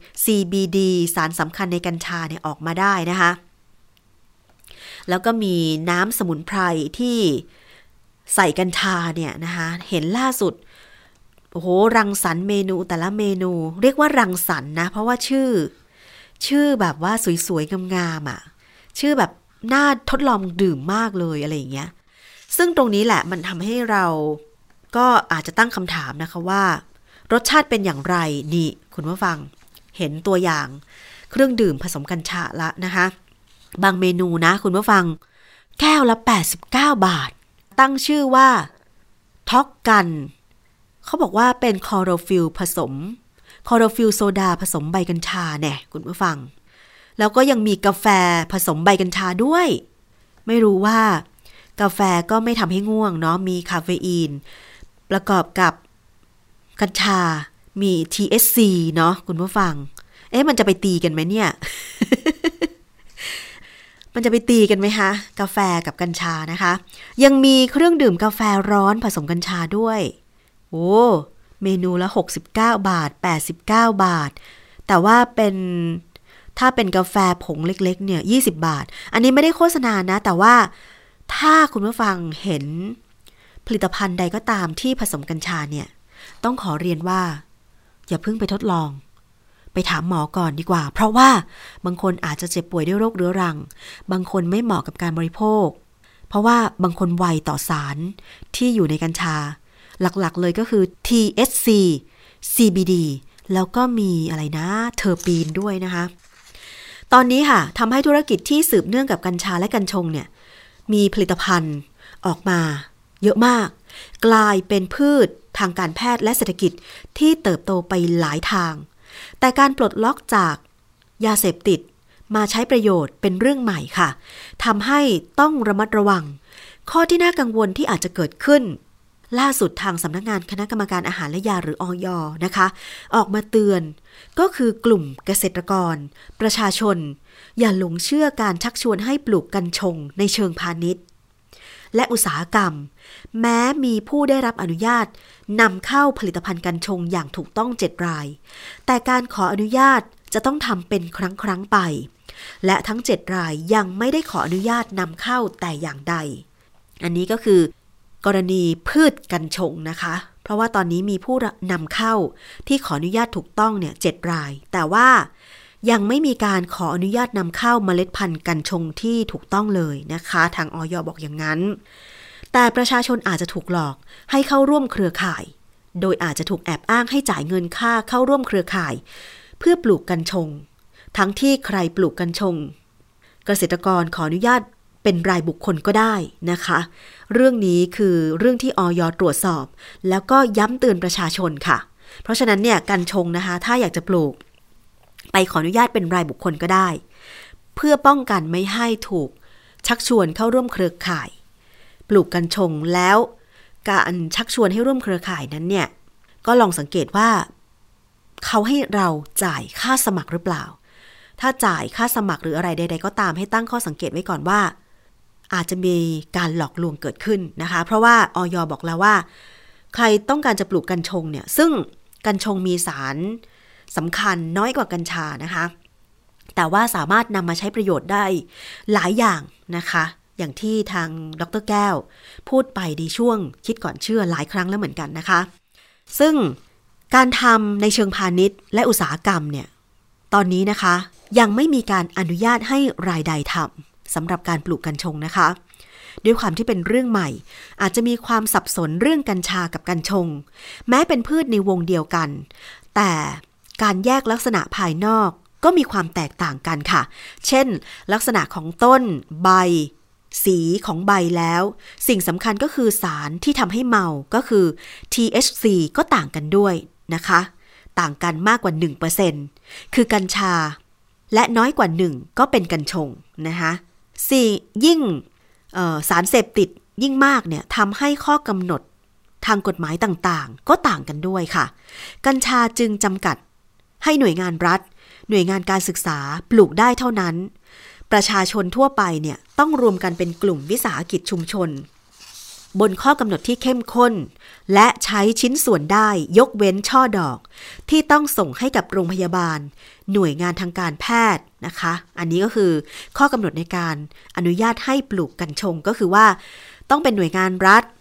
CBD สารสำคัญในกัญชาเนี่ยออกมาได้นะคะแล้วก็มีน้ำสมุนไพรที่ใส่กัญชาเนี่ยนะคะเห็นล่าสุดโอ้โหรังสรรค์เมนูแต่ละเมนูเรียกว่ารังสรรค์นะเพราะว่าชื่อแบบว่าสวยๆงามๆอ่ะชื่อแบบน่าทดลองดื่มมากเลยอะไรอย่างเงี้ยซึ่งตรงนี้แหละมันทำให้เราก็อาจจะตั้งคำถามนะคะว่ารสชาติเป็นอย่างไรนี่คุณผู้ฟังเห็นตัวอย่างเครื่องดื่มผสมกัญชาละนะคะบางเมนูนะคุณผู้ฟังแก้วละ89 บาทตั้งชื่อว่าท็อกกันเขาบอกว่าเป็นคลอโรฟิลโซดาผสมใบกัญชาแน่คุณผู้ฟังแล้วก็ยังมีกาแฟผสมใบกัญชาด้วยไม่รู้ว่ากาแฟก็ไม่ทำให้ง่วงเนาะมีคาเฟอีนประกอบกับกัญชามี THC เนาะคุณผู้ฟังมันจะไปตีกันไหมเนี่ย มันจะไปตีกันไหมคะกาแฟกับกัญชานะคะยังมีเครื่องดื่มกาแฟร้อนผสมกัญชาด้วยโอ้เมนูละ69 บาท89 บาทแต่ว่าถ้าเป็นกาแฟผงเล็กๆเนี่ย20 บาทอันนี้ไม่ได้โฆษณานะแต่ว่าถ้าคุณผู้ฟังเห็นผลิตภัณฑ์ใดก็ตามที่ผสมกัญชาเนี่ยต้องขอเรียนว่าอย่าเพิ่งไปทดลองไปถามหมอก่อนดีกว่าเพราะว่าบางคนอาจจะเจ็บป่วยด้วยโรคเรื้อรังบางคนไม่เหมาะกับการบริโภคเพราะว่าบางคนไวต่อสารที่อยู่ในกัญชาหลักๆเลยก็คือ THC CBD แล้วก็มีอะไรนะเทอร์ปีนด้วยนะคะตอนนี้ค่ะทำให้ธุรกิจที่สืบเนื่องกับกัญชาและกัญชงเนี่ยมีผลิตภัณฑ์ออกมาเยอะมากกลายเป็นพืชทางการแพทย์และเศรษฐกิจที่เติบโตไปหลายทางแต่การปลดล็อกจากยาเสพติดมาใช้ประโยชน์เป็นเรื่องใหม่ค่ะทำให้ต้องระมัดระวังข้อที่น่ากังวลที่อาจจะเกิดขึ้นล่าสุดทางสำนักงานคณะกรรมการอาหารและยาหรืออย.นะคะออกมาเตือนก็คือกลุ่มเกษตรกรประชาชนอย่าหลงเชื่อการชักชวนให้ปลูกกัญชงในเชิงพาณิชย์และอุตสาหกรรมแม้มีผู้ได้รับอนุญาตนำเข้าผลิตภัณฑ์กัญชงอย่างถูกต้อง7 รายแต่การขออนุญาตจะต้องทำเป็นครั้งไปและทั้ง7 รายยังไม่ได้ขออนุญาตนำเข้าแต่อย่างใดอันนี้ก็คือกรณีพืชกัญชงนะคะเพราะว่าตอนนี้มีผู้นำเข้าที่ขออนุญาตถูกต้องเนี่ย7 รายแต่ว่ายังไม่มีการขออนุญาตนำเข้าเมล็ดพันธุ์กัญชงที่ถูกต้องเลยนะคะทางอย.บอกอย่างนั้นแต่ประชาชนอาจจะถูกหลอกให้เข้าร่วมเครือข่ายโดยอาจจะถูกแอบอ้างให้จ่ายเงินค่าเข้าร่วมเครือข่ายเพื่อปลูกกัญชงทั้งที่ใครปลูกกัญชงเกษตรกรขออนุญาตเป็นรายบุคคลก็ได้นะคะเรื่องนี้คือเรื่องที่อย.ตรวจสอบแล้วก็ย้ำเตือนประชาชนค่ะเพราะฉะนั้นเนี่ยกัญชงนะคะถ้าอยากจะปลูกไปขออนุญาตเป็นรายบุคคลก็ได้เพื่อป้องกันไม่ให้ถูกชักชวนเข้าร่วมเครือข่ายปลูกกัญชงแล้วการชักชวนให้ร่วมเครือข่ายนั้นเนี่ยก็ลองสังเกตว่าเขาให้เราจ่ายค่าสมัครหรือเปล่าถ้าจ่ายค่าสมัครหรืออะไรใดๆก็ตามให้ตั้งข้อสังเกตไว้ก่อนว่าอาจจะมีการหลอกลวงเกิดขึ้นนะคะเพราะว่าอย.บอกแล้วว่าใครต้องการจะปลูกกัญชงเนี่ยซึ่งกัญชงมีสารสำคัญน้อยกว่ากัญชานะคะแต่ว่าสามารถนำมาใช้ประโยชน์ได้หลายอย่างนะคะอย่างที่ทางดร.แก้วพูดไปในช่วงคิดก่อนเชื่อหลายครั้งแล้วเหมือนกันนะคะซึ่งการทำในเชิงพาณิชย์และอุตสาหกรรมเนี่ยตอนนี้นะคะยังไม่มีการอนุญาตให้รายใดทำสำหรับการปลูกกัญชงนะคะด้วยความที่เป็นเรื่องใหม่อาจจะมีความสับสนเรื่องกัญชากับกัญชงแม้เป็นพืชในวงเดียวกันแต่การแยกลักษณะภายนอกก็มีความแตกต่างกันค่ะเช่นลักษณะของต้นใบสีของใบแล้วสิ่งสำคัญก็คือสารที่ทำให้เมาก็คือ THC ก็ต่างกันด้วยนะคะต่างกันมากกว่า 1% คือกัญชาและน้อยกว่า1ก็เป็นกัญชงนะคะยิ่งสารเสพติดยิ่งมากเนี่ยทำให้ข้อกำหนดทางกฎหมายต่างๆก็ต่างกันด้วยค่ะกัญชาจึงจำกัดให้หน่วยงานรัฐหน่วยงานการศึกษาปลูกได้เท่านั้นประชาชนทั่วไปเนี่ยต้องรวมกันเป็นกลุ่มวิสาหกิจชุมชนบนข้อกำหนดที่เข้มข้นและใช้ชิ้นส่วนได้ยกเว้นช่อดอกที่ต้องส่งให้กับโรงพยาบาลหน่วยงานทางการแพทย์นะคะอันนี้ก็คือข้อกำหนดในการอนุญาตให้ปลูกกัญชงก็คือว่าต้องเป็นหน่วยงานรัฐ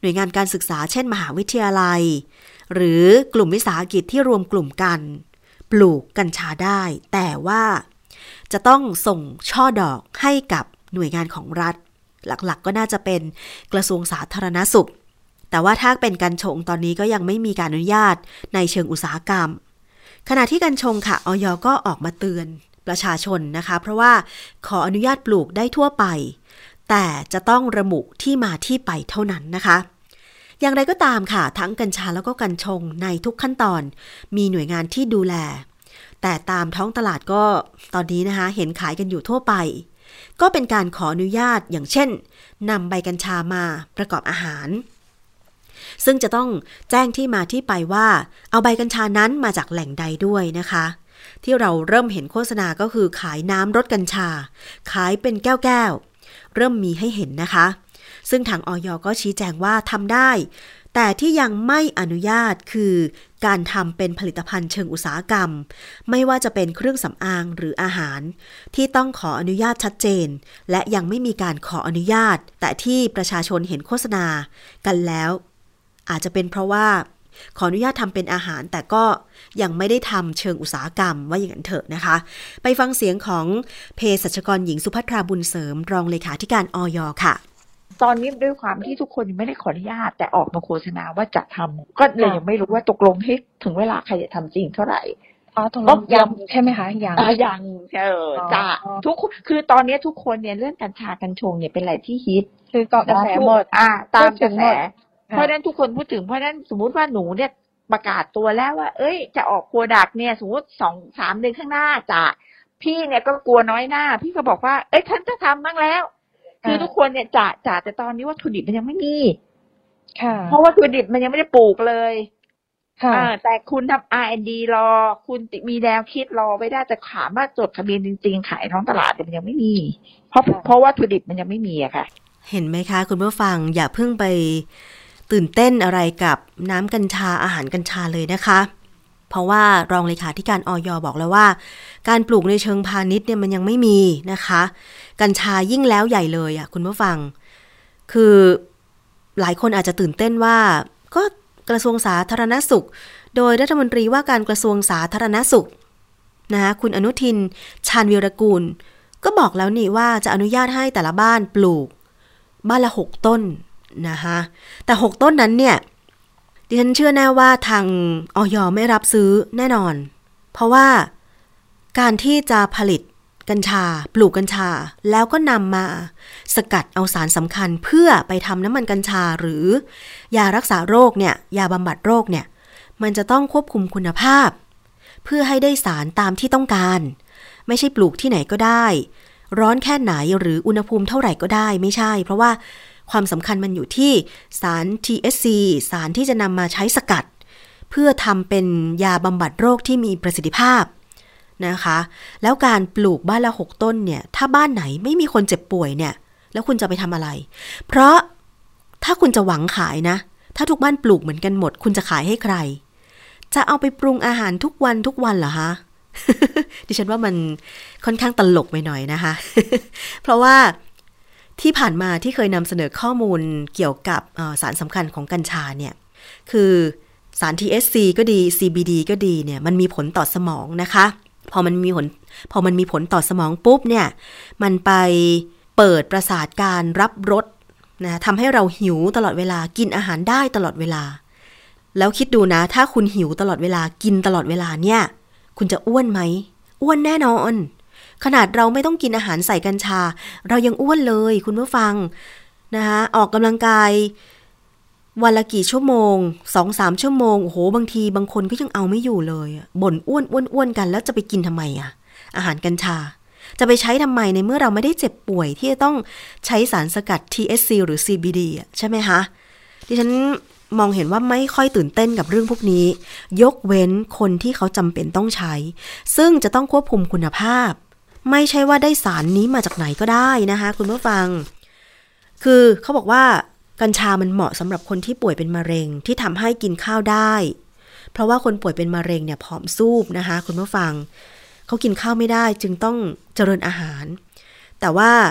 น่วยงานการศึกษาเช่นมหาวิทยาลัยหรือกลุ่มวิสาหกิจที่รวมกลุ่มกันปลูกกัญชาได้แต่ว่าจะต้องส่งช่อดอกให้กับหน่วยงานของรัฐหลักๆก็น่าจะเป็นกระทรวงสาธารณสุขแต่ว่าถ้าเป็นกัญชงตอนนี้ก็ยังไม่มีการอนุญาตในเชิงอุตสาหกรรมขณะที่กัญชงค่ะอย.ก็ออกมาเตือนประชาชนนะคะเพราะว่าขออนุญาตปลูกได้ทั่วไปแต่จะต้องระบุที่มาที่ไปเท่านั้นนะคะอย่างไรก็ตามค่ะทั้งกัญชาแล้วก็กัญชงในทุกขั้นตอนมีหน่วยงานที่ดูแลแต่ตามท้องตลาดก็ตอนนี้นะคะเห็นขายกันอยู่ทั่วไปก็เป็นการขออนุญาตอย่างเช่นนำใบกัญชามาประกอบอาหารซึ่งจะต้องแจ้งที่มาที่ไปว่าเอาใบกัญชานั้นมาจากแหล่งใดด้วยนะคะที่เราเริ่มเห็นโฆษณาก็คือขายน้ำรสกัญชาขายเป็นแก้วๆเริ่มมีให้เห็นนะคะซึ่งทางอย.ก็ชี้แจงว่าทำได้แต่ที่ยังไม่อนุญาตคือการทำเป็นผลิตภัณฑ์เชิงอุตสาหกรรมไม่ว่าจะเป็นเครื่องสำอางหรืออาหารที่ต้องขออนุญาตชัดเจนและยังไม่มีการขออนุญาตแต่ที่ประชาชนเห็นโฆษณากันแล้วอาจจะเป็นเพราะว่าขออนุญาตทำเป็นอาหารแต่ก็ยังไม่ได้ทำเชิงอุตสาหกรรมว่าอย่างนั้นเถอะนะคะไปฟังเสียงของเภสัชกรหญิงสุภัทราบุญเสริมรองเลขาธิการอย.ค่ะตอนนี้ด้วยความที่ทุกคนยังไม่ได้ขออนุญาตแต่ออกมาโฆษณาว่าจะทำก็เลยยังไม่รู้ว่าตกลงให้ถึงเวลาใครจะทำจริงเท่าไหร่ตกลงยังใช่ไหมคะยังจะทุกคือตอนนี้ทุกคนเนี่ยเรื่องกัญชากัญชงเนี่ยเป็นอะไรที่ฮิตคือเกาะกระแสหมดตามกระแสเพราะนั้นทุกคนพูดถึงเพราะนั้นสมมุติว่าหนูเนี่ยประกาศตัวแล้วว่าเอ้ยจะออกโปรดักต์เนี่ยสมมติ 2-3 เดือนข้างหน้าจะพี่เนี่ยก็กลัวน้อยหน้าพี่ก็บอกว่าเอ้ยฉันจะทำบ้างแล้วคือทุกคนเนี่ยจะแต่ตอนนี้วัตถุดิบมันยังไม่มีเพราะว่าวัตถุดิบมันยังไม่ได้ปลูกเลยแต่คุณทำ R&D รอคุณมีแนวคิดรอไว้ได้แต่ถามว่าจดทะเบียนจริงๆขายท้องตลาดมันยังไม่มีเพราะวัตถุดิบมันยังไม่มีอะค่ะเห็นไหมคะคุณผู้ฟังอย่าเพิ่งไปตื่นเต้นอะไรกับน้ำกัญชาอาหารกัญชาเลยนะคะเพราะว่ารองเลขาธิการอย.บอกแล้วว่าการปลูกในเชิงพาณิชย์เนี่ยมันยังไม่มีนะคะกัญชายิ่งแล้วใหญ่เลยอ่ะคุณผู้ฟังคือหลายคนอาจจะตื่นเต้นว่าก็กระทรวงสาธารณสุขโดยรัฐมนตรีว่าการกระทรวงสาธารณสุขนะคะคุณอนุทินชาญวีรกูลก็บอกแล้วนี่ว่าจะอนุญาตให้แต่ละบ้านปลูกบ้านละ6ต้นนะคะแต่6ต้นนั้นเนี่ยดิฉันเชื่อแน่ว่าทางอย.ไม่รับซื้อแน่นอนเพราะว่าการที่จะผลิตกัญชาปลูกกัญชาแล้วก็นำมาสกัดเอาสารสำคัญเพื่อไปทำน้ำมันกัญชาหรือยารักษาโรคเนี่ยยาบำบัดโรคเนี่ยมันจะต้องควบคุมคุณภาพเพื่อให้ได้สารตามที่ต้องการไม่ใช่ปลูกที่ไหนก็ได้ร้อนแค่ไหนหรืออุณหภูมิเท่าไหร่ก็ได้ไม่ใช่เพราะว่าความสำคัญมันอยู่ที่สาร THC สารที่จะนำมาใช้สกัดเพื่อทำเป็นยาบำบัดโรคที่มีประสิทธิภาพนะคะแล้วการปลูกบ้านละ6ต้นเนี่ยถ้าบ้านไหนไม่มีคนเจ็บป่วยเนี่ยแล้วคุณจะไปทำอะไรเพราะถ้าคุณจะหวังขายนะถ้าทุกบ้านปลูกเหมือนกันหมดคุณจะขายให้ใครจะเอาไปปรุงอาหารทุกวันเหรอคะ ดิฉันว่ามันค่อนข้างตลกไปหน่อยนะคะ เพราะว่าที่ผ่านมาที่เคยนำเสนอข้อมูลเกี่ยวกับสารสำคัญของกัญชาเนี่ยคือสาร THC ก็ดี CBD ก็ดีเนี่ยมันมีผลต่อสมองนะคะพอมันมีผลต่อสมองปุ๊บเนี่ยมันไปเปิดประสาทการรับรสนะทำให้เราหิวตลอดเวลากินอาหารได้ตลอดเวลาแล้วคิดดูนะถ้าคุณหิวตลอดเวลากินตลอดเวลาเนี่ยคุณจะอ้วนไหมอ้วนแน่นอนขนาดเราไม่ต้องกินอาหารใส่กัญชาเรายังอ้วนเลยคุณผู้ฟังนะคะออกกำลังกายวันละกี่ชั่วโมง 2-3 ชั่วโมงโอ้โหบางทีบางคนก็ยังเอาไม่อยู่เลยบ่นอ้วนกันแล้วจะไปกินทำไมอ่ะอาหารกัญชาจะไปใช้ทำไมในเมื่อเราไม่ได้เจ็บป่วยที่จะต้องใช้สารสกัด THC หรือ CBD ใช่ไหมคะดิฉันมองเห็นว่าไม่ค่อยตื่นเต้นกับเรื่องพวกนี้ยกเว้นคนที่เขาจำเป็นต้องใช้ซึ่งจะต้องควบคุมคุณภาพไม่ใช่ว่าได้สารนี้มาจากไหนก็ได้นะคะคุณผู้ฟังคือเขาบอกว่ากัญชามันเหมาะสำหรับคนที่ป่วยเป็นมะเร็งที่ทำให้กินข้าวได้เพราะว่าคนป่วยเป็นมะเร็งเนี่ยผอมซูบนะคะคุณผู้ฟังเขากินข้าวไม่ได้จึงต้องเจริญอาหารแต่ว่า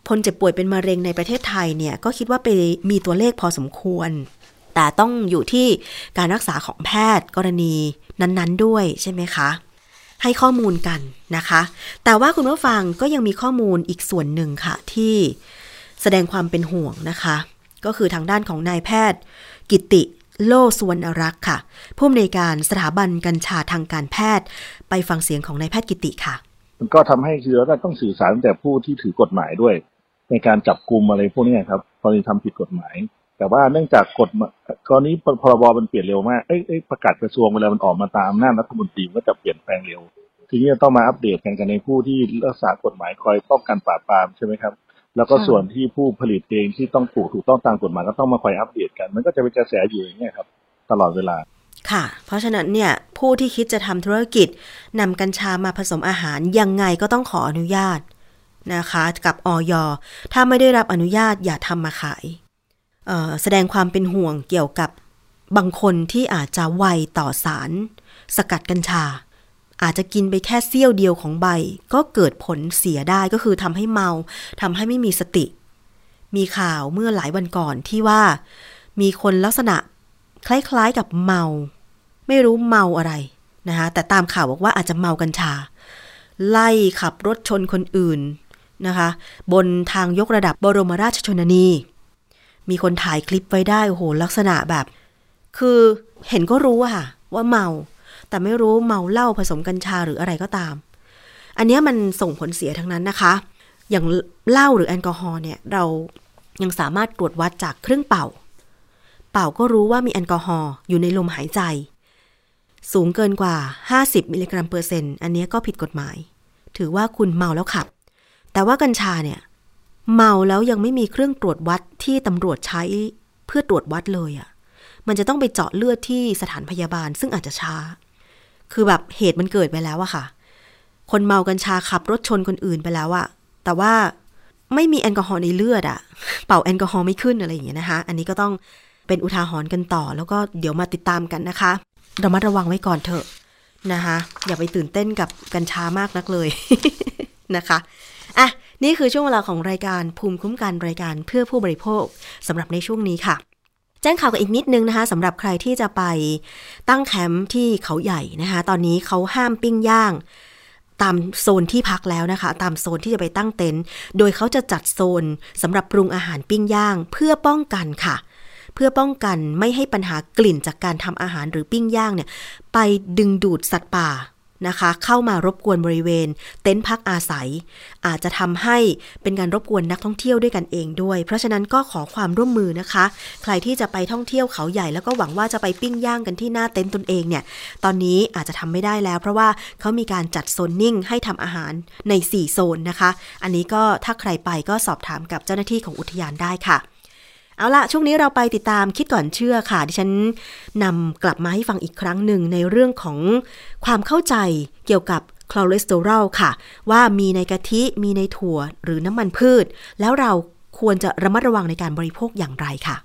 คนเจ็บป่วยเป็นมะเร็งในประเทศไทยเนี่ยก็คิดว่าไปมีตัวเลขพอสมควรแต่ต้องอยู่ที่การรักษาของแพทย์กรณีนั้นๆด้วยใช่ไหมคะให้ข้อมูลกันนะคะแต่ว่าคุณผู้ฟังก็ยังมีข้อมูลอีกส่วนหนึ่งค่ะที่แสดงความเป็นห่วงนะคะก็คือทางด้านของนายแพทย์กิติโลสุวรรณรักษ์ค่ะผู้อำนวยการสถาบันกัญชาทางการแพทย์ไปฟังเสียงของนายแพทย์กิติค่ะมันก็ทำให้คือเราต้องสื่อสารแต่ผู้ที่ถือกฎหมายด้วยในการจับกุมอะไรพวกนี้ครับตอนนี้ทำผิดกฎหมายแต่ว่าเนื่องจากกรณีพรบมันเปลี่ยนเร็วมากประกาศกระทรวงเวลามันออกมาตามอำนาจรัฐมนตรีก็จะเปลี่ยนแปลงเร็วทีนี้ต้องมาอัปเดตกันในผู้ที่รักษากฎหมายคอยป้องกันปราบปรามใช่ไหมครับแล้วก็ส่วนที่ผู้ผลิตเองที่ต้องถูกต้องตามกฎหมายก็ต้องมาคอยอัปเดตกันมันก็จะเป็นกระแสอยู่อย่างนี้ครับตลอดเวลาค่ะเพราะฉะนั้นเนี่ยผู้ที่คิดจะทำธุรกิจนำกัญชามาผสมอาหารยังไงก็ต้องขออนุญาตนะคะกับอย.ถ้าไม่ได้รับอนุญาตอย่าทำมาขายแสดงความเป็นห่วงเกี่ยวกับบางคนที่อาจจะไวต่อสารสกัดกัญชาอาจจะกินไปแค่เสี้ยวเดียวของใบก็เกิดผลเสียได้ก็คือทำให้เมาทำให้ไม่มีสติมีข่าวเมื่อหลายวันก่อนที่ว่ามีคนลักษณะคล้ายๆกับเมาไม่รู้เมาอะไรนะคะแต่ตามข่าวบอกว่าอาจจะเมากัญชาไล่ขับรถชนคนอื่นนะคะบนทางยกระดับบรมราชชนนีมีคนถ่ายคลิปไว้ได้โอ้โหลักษณะแบบคือเห็นก็รู้อะว่าเมาแต่ไม่รู้เมาเหล้าผสมกัญชาหรืออะไรก็ตามอันนี้มันส่งผลเสียทั้งนั้นนะคะอย่างเหล้าหรือแอลกอฮอล์เนี่ยเรายังสามารถตรวจวัดจากเครื่องเป่าก็รู้ว่ามีแอลกอฮอล์อยู่ในลมหายใจสูงเกินกว่า50มิลลิกรัมเปอร์เซ็นต์อันนี้ก็ผิดกฎหมายถือว่าคุณเมาแล้วขับแต่ว่ากัญชาเนี่ยเมาแล้วยังไม่มีเครื่องตรวจวัดที่ตำรวจใช้เพื่อตรวจวัดเลยอ่ะมันจะต้องไปเจาะเลือดที่สถานพยาบาลซึ่งอาจจะช้าคือแบบเหตุมันเกิดไปแล้วอะค่ะคนเมากัญชาขับรถชนคนอื่นไปแล้วอะแต่ว่าไม่มีแอลกอฮอล์ในเลือดอะเป่าแอลกอฮอล์ไม่ขึ้นอะไรอย่างเงี้ยนะคะอันนี้ก็ต้องเป็นอุทาหรณ์กันต่อแล้วก็เดี๋ยวมาติดตามกันนะคะระมัดระวังไว้ก่อนเถอะนะคะอย่าไปตื่นเต้นกับกัญชามากนักเลย นะคะอ่ะนี่คือช่วงเวลาของรายการภูมิคุ้มกันรายการเพื่อผู้บริโภคสำหรับในช่วงนี้ค่ะแจ้งข่าวกันอีกนิดนึงนะคะสำหรับใครที่จะไปตั้งแคมป์ที่เขาใหญ่นะคะตอนนี้เขาห้ามปิ้งย่างตามโซนที่พักแล้วนะคะตามโซนที่จะไปตั้งเต็นท์โดยเขาจะจัดโซนสำหรับปรุงอาหารปิ้งย่างเพื่อป้องกันค่ะเพื่อป้องกันไม่ให้ปัญหากลิ่นจากการทำอาหารหรือปิ้งย่างเนี่ยไปดึงดูดสัตว์ป่านะคะเข้ามารบกวนบริเวณเต็นท์พักอาศัยอาจจะทำให้เป็นการรบกวนนักท่องเที่ยวด้วยกันเองด้วยเพราะฉะนั้นก็ขอความร่วมมือนะคะใครที่จะไปท่องเที่ยวเขาใหญ่แล้วก็หวังว่าจะไปปิ้งย่างกันที่หน้าเต็นท์ตนเองเนี่ยตอนนี้อาจจะทำไม่ได้แล้วเพราะว่าเขามีการจัดโซนนิ่งให้ทำอาหารใน4โซนนะคะอันนี้ก็ถ้าใครไปก็สอบถามกับเจ้าหน้าที่ของอุทยานได้ค่ะเอาล่ะช่วงนี้เราไปติดตามคิดก่อนเชื่อค่ะดิฉันนำกลับมาให้ฟังอีกครั้งหนึ่งในเรื่องของความเข้าใจเกี่ยวกับคอเลสเตอรอลค่ะว่ามีในกะทิมีในถั่วหรือน้ำมันพืชแล้วเราควรจะระมัดระวังในการบริโภคอย่างไรค่ะ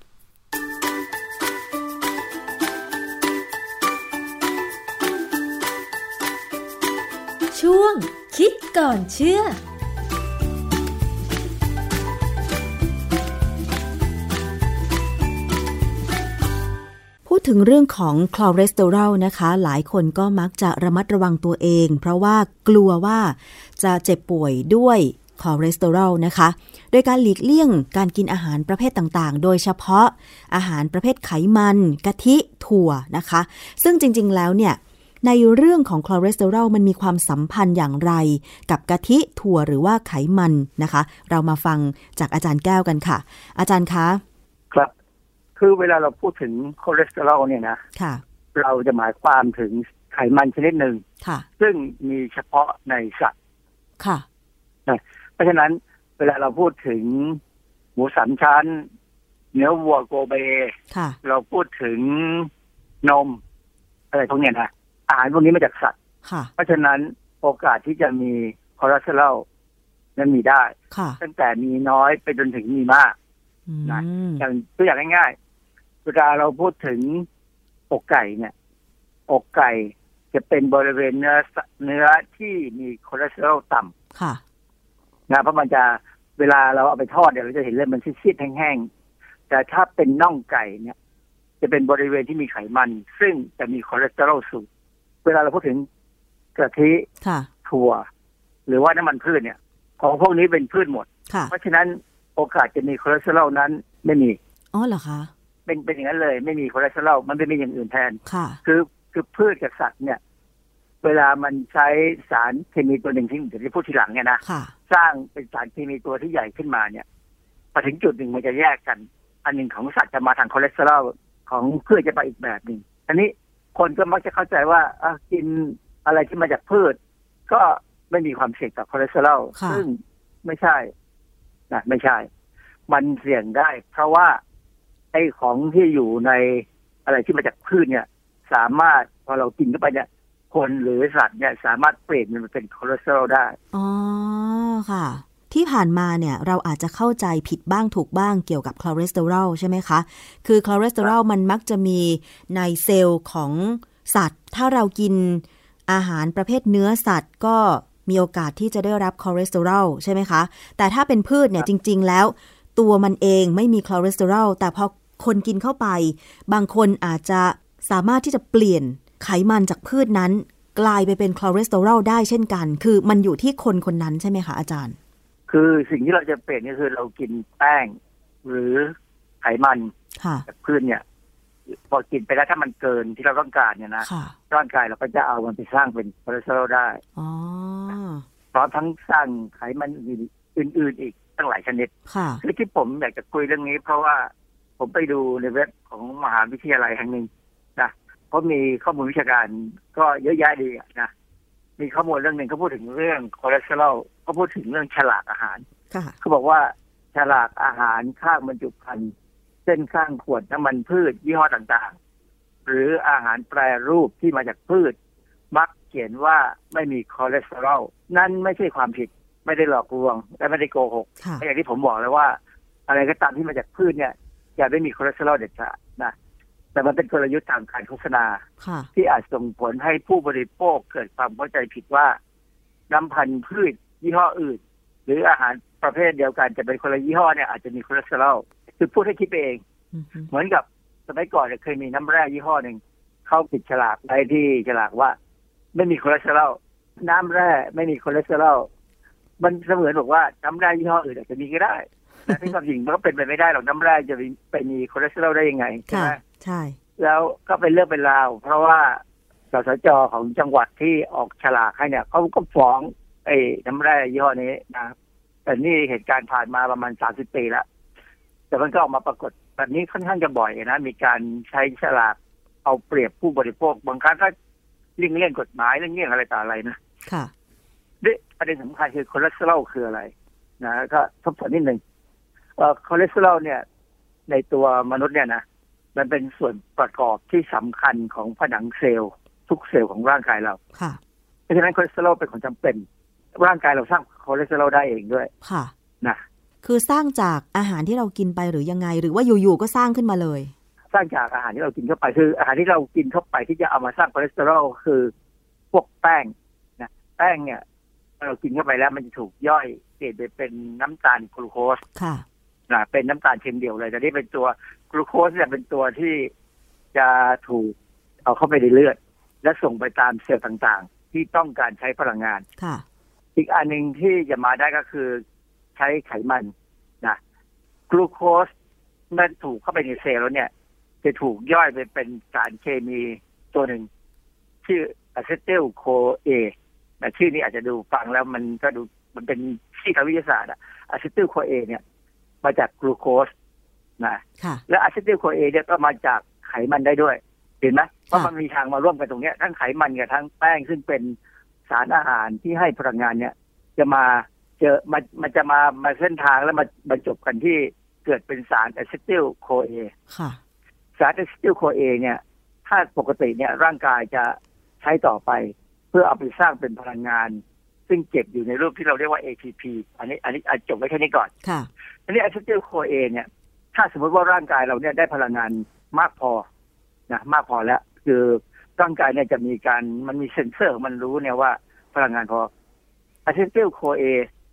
ช่วงคิดก่อนเชื่อพูดถึงเรื่องของคอเลสเตอรอลนะคะหลายคนก็มักจะระมัดระวังตัวเองเพราะว่ากลัวว่าจะเจ็บป่วยด้วยคอเลสเตอรอลนะคะโดยการหลีกเลี่ยงการกินอาหารประเภทต่างๆโดยเฉพาะอาหารประเภทไขมันกะทิถั่วนะคะซึ่งจริงๆแล้วเนี่ยในเรื่องของคอเลสเตอรอลมันมีความสัมพันธ์อย่างไรกับกะทิถั่วหรือว่าไขมันนะคะเรามาฟังจากอาจารย์แก้วกันค่ะอาจารย์คะครับคือเวลาเราพูดถึงคอเลสเตอรอลเนี่ยนะเราจะหมายความถึงไขมันชนิดหนึ่งซึ่งมีเฉพาะในสัตว์เพราะฉะนั้นเวลาเราพูดถึงหมูสามชั้นเนื้อวัวโกเบเราพูดถึงนมอะไรพวกนี้นะอาหารพวกนี้มาจากสัตว์เพราะฉะนั้นโอกาสที่จะมีคอเลสเตอรอลนั้นมีได้ตั้งแต่มีน้อยไปจนถึงมีมากนะอย่างตัวอย่างง่ายๆเวลาเราพูดถึงอกไก่เนี่ยอกไก่จะเป็นบริเวณเนื้อที่มีคอเลสเตอรอลต่ำนะเพราะมันจะเวลาเราเอาไปทอดเนี่ยเราจะเห็นเลยมันซีดๆแห้งๆแต่ถ้าเป็นน่องไก่เนี่ยจะเป็นบริเวณที่มีไขมันซึ่งจะมีคอเลสเตอรอลสูงเวลาเราพูดถึงกะทิถั่วหรือว่าน้ำมันพืชเนี่ยของพวกนี้เป็นพืชหมดเพราะฉะนั้นโอกาสจะมีคอเลสเตอรอลนั้นไม่มีอ๋อเหรอคะเป็นอย่างนั้นเลยไม่มีคอเลสเตอรอลมันไม่มีอย่างอื่นแทนคือพืชกับสัตว์เนี่ยเวลามันใช้สารเคมีตัวหนึ่งที่เดี๋ยวจะพูดทีหลังเนี่ยนะสร้างเป็นสารเคมีตัวที่ใหญ่ขึ้นมาเนี่ยพอถึงจุดหนึ่งมันจะแยกกันอันหนึ่งของสัตว์จะมาทางคอเลสเตอรอลของพืชจะไปอีกแบบหนึ่งอันนี้คนก็มักจะเข้าใจว่ากินอะไรที่มาจากพืชก็ไม่มีความเสี่ยงต่อคอเลสเตอรอลซึ่งไม่ใช่นะไม่ใช่มันเสี่ยงได้เพราะว่าไอ้ของที่อยู่ในอะไรที่มาจากพืชเนี่ยสามารถพอเรากินเข้าไปเนี่ยคนหรือสัตว์เนี่ยสามารถเปลี่ยนมันเป็นคอเลสเตอรอลได้อ๋อค่ะที่ผ่านมาเนี่ยเราอาจจะเข้าใจผิดบ้างถูกบ้างเกี่ยวกับคอเลสเตอรอลใช่ไหมคะคือคอเลสเตอรอลมันมักจะมีในเซลล์ของสัตว์ถ้าเรากินอาหารประเภทเนื้อสัตว์ก็มีโอกาสที่จะได้รับคอเลสเตอรอลใช่ไหมคะแต่ถ้าเป็นพืชเนี่ยจริงๆแล้วตัวมันเองไม่มีคอเลสเตอรอลแต่พอคนกินเข้าไปบางคนอาจจะสามารถที่จะเปลี่ยนไขมันจากพืชนั้นกลายไปเป็นคอเลสเตอรอลได้เช่นกันคือมันอยู่ที่คนคนนั้นใช่ไหมคะอาจารย์คือสิ่งที่เราจะเปลี่ยนก็คือเรากินแป้งหรือไขมันจากพืชเนี่ยพอกินไปแล้วถ้ามันเกินที่เราต้องการเนี่ยนะร่างกายเราก็จะเอามันไปสร้างเป็นคอเลสเตอรอลได้พร้อมทั้งสร้างไขมันอื่นๆอีกตั้งหลายชนิดคือที่ผมอยากจะคุยเรื่องนี้เพราะว่าผมไปดูในเว็บของมหาวิทยาลัยแห่งหนึ่งนะเขามีข้อมูลวิชาการก็เยอะแยะดีนะมีข้อมูลเรื่องหนึ่งเขาพูดถึงเรื่องคอเลสเตอรอลเขาพูดถึงเรื่องฉลากอาหารเขาบอกว่าฉลากอาหารข้างบรรจุภัณฑ์เส้นข้างขวดน้ำมันพืชยี่ห้อต่างๆหรืออาหารแปรรูปที่มาจากพืชมักเขียนว่าไม่มีคอเลสเตอรอลนั่นไม่ใช่ความผิดไม่ได้หลอกลวงและไม่ได้โกหกอย่างที่ผมบอกเลยว่าอะไรก็ตามที่มาจากพืชเนี่ยจะไม่มีคอเลสเตอรอลเด็ดขาดนะแต่มันเป็นกลยุทธ์ทางการโฆษณาที่อาจส่งผลให้ผู้บริโภคเกิดความเข้าใจผิดว่าน้ำพันธุ์พืชยี่ห้ออื่นหรืออาหารประเภทเดียวกันจะเป็นคนละยี่ห้อเนี่ยอาจจะมีคอเลสเตอรอลคือพูดให้คิดไปเองเหมือนกับสมัยก่อนเคยมีน้ำแร่ยี่ห้อหนึ่งเข้าติดฉลากไว้ที่ฉลากว่าไม่มีคอเลสเตอรอลน้ำแร่ไม่มีคอเลสเตอรอลมันเสมือนบอกว่าน้ำแร่ยี่ห้ออื่นอาจจะมีก็ได้แต่ที่ความจริงมันก็เป็นไปไม่ได้หรอกน้ำแร่จะไปมีคอเลสเตอรอลได้ยังไงใช่ไหมใช่แล้วก็เป็นเรื่องเป็นราวเพราะว่าสสจ.ของจังหวัดที่ออกฉลากให้เนี่ยเขาก็ฟ้องไอ้น้ำแร่ยี่ห้อนี้นะแต่นี่เหตุการณ์ผ่านมาประมาณ30 ปีแล้วแต่มันก็ออกมาปรากฏแบบนี้ค่อนข้างจะบ่อยนะมีการใช้ฉลากเอาเปรียบผู้บริโภคบางครั้งก็เลี่ยงกฎหมายเรื่องอะไรต่ออะไรนะค่ะด้วยประเด็นสำคัญคือคอเลสเตอรอลคืออะไรนะก็ทบทวนนิดนึงคอเลสเตอรอลเนี่ยในตัวมนุษย์เนี่ยนะมันเป็นส่วนประกอบที่สำคัญของผนังเซลล์ทุกเซลล์ของร่างกายเราเพราะฉะนั้นคอเลสเตอรอลเป็นของจำเป็นร่างกายเราสร้างคอเลสเตอรอลได้เองด้วยค่ะนะคือสร้างจากอาหารที่เรากินไปหรือยังไงหรือว่าอยู่ๆก็สร้างขึ้นมาเลยสร้างจากอาหารที่เรากินเข้าไปคืออาหารที่เรากินเข้าไปที่จะเอามาสร้างคอเลสเตอรอลคือพวกแป้งนะแป้งเนี่ยเรากินเข้าไปแล้วมันจะถูกย่อยเปลี่ยนไปเป็นน้ำตาลกลูโคสค่ะนะเป็นน้ำตาลเค็มเดียวเลยแต่นี่เป็นตัวกลูโคสเนี่ยเป็นตัวที่จะถูกเอาเข้าไปในเลือดและส่งไปตามเซลล์ต่างๆที่ต้องการใช้พลังงานค่ะอีกอันนึงที่จะมาได้ก็คือใช้ไขมันนะกลูโคสเมื่อถูกเข้าไปในเซลล์แล้วเนี่ยจะถูกย่อยไปเป็นสารเคมีตัวหนึ่งชื่ออะเซทิลโคเอแต่ชื่อนี้อาจจะดูฟังแล้วมันก็ดูมันเป็นชื่อทางวิทยาศาสตร์อะเซทิลโคเอเนี่ยมาจากกลูโคสนะและอะเซทิลโคเอเนี่ยก็มาจากไขมันได้ด้วยเห็นไหมเพราะมันมีทางมาร่วมกันตรงนี้ทั้งไขมันกับทั้งแป้งซึ่งเป็นสารอาหารที่ให้พลังงานเนี่ยจะมามันจะมาเส้นทางแล้วมาบรรจบกันที่เกิดเป็นสารอะเซทิลโคเอสารอะเซทิลโคเอเนี่ยถ้าปกติเนี่ยร่างกายจะใช้ต่อไปเพื่อเอาไปสร้างเป็นพลังงานซึ่งเก็บอยู่ในรูปที่เราเรียกว่า ATP อันนี้จบไว้แค่นี้ก่อนอันนี้อะเซทิลโคเอเนี่ยถ้าสมมติว่าร่างกายเราเนี่ยได้พลังงานมากพอนะมากพอแล้วคือร่างกายเนี่ยจะมีมันมีเซ็นเซอร์มันรู้เนี่ยว่าพลังงานพออะเซทิลโคเอ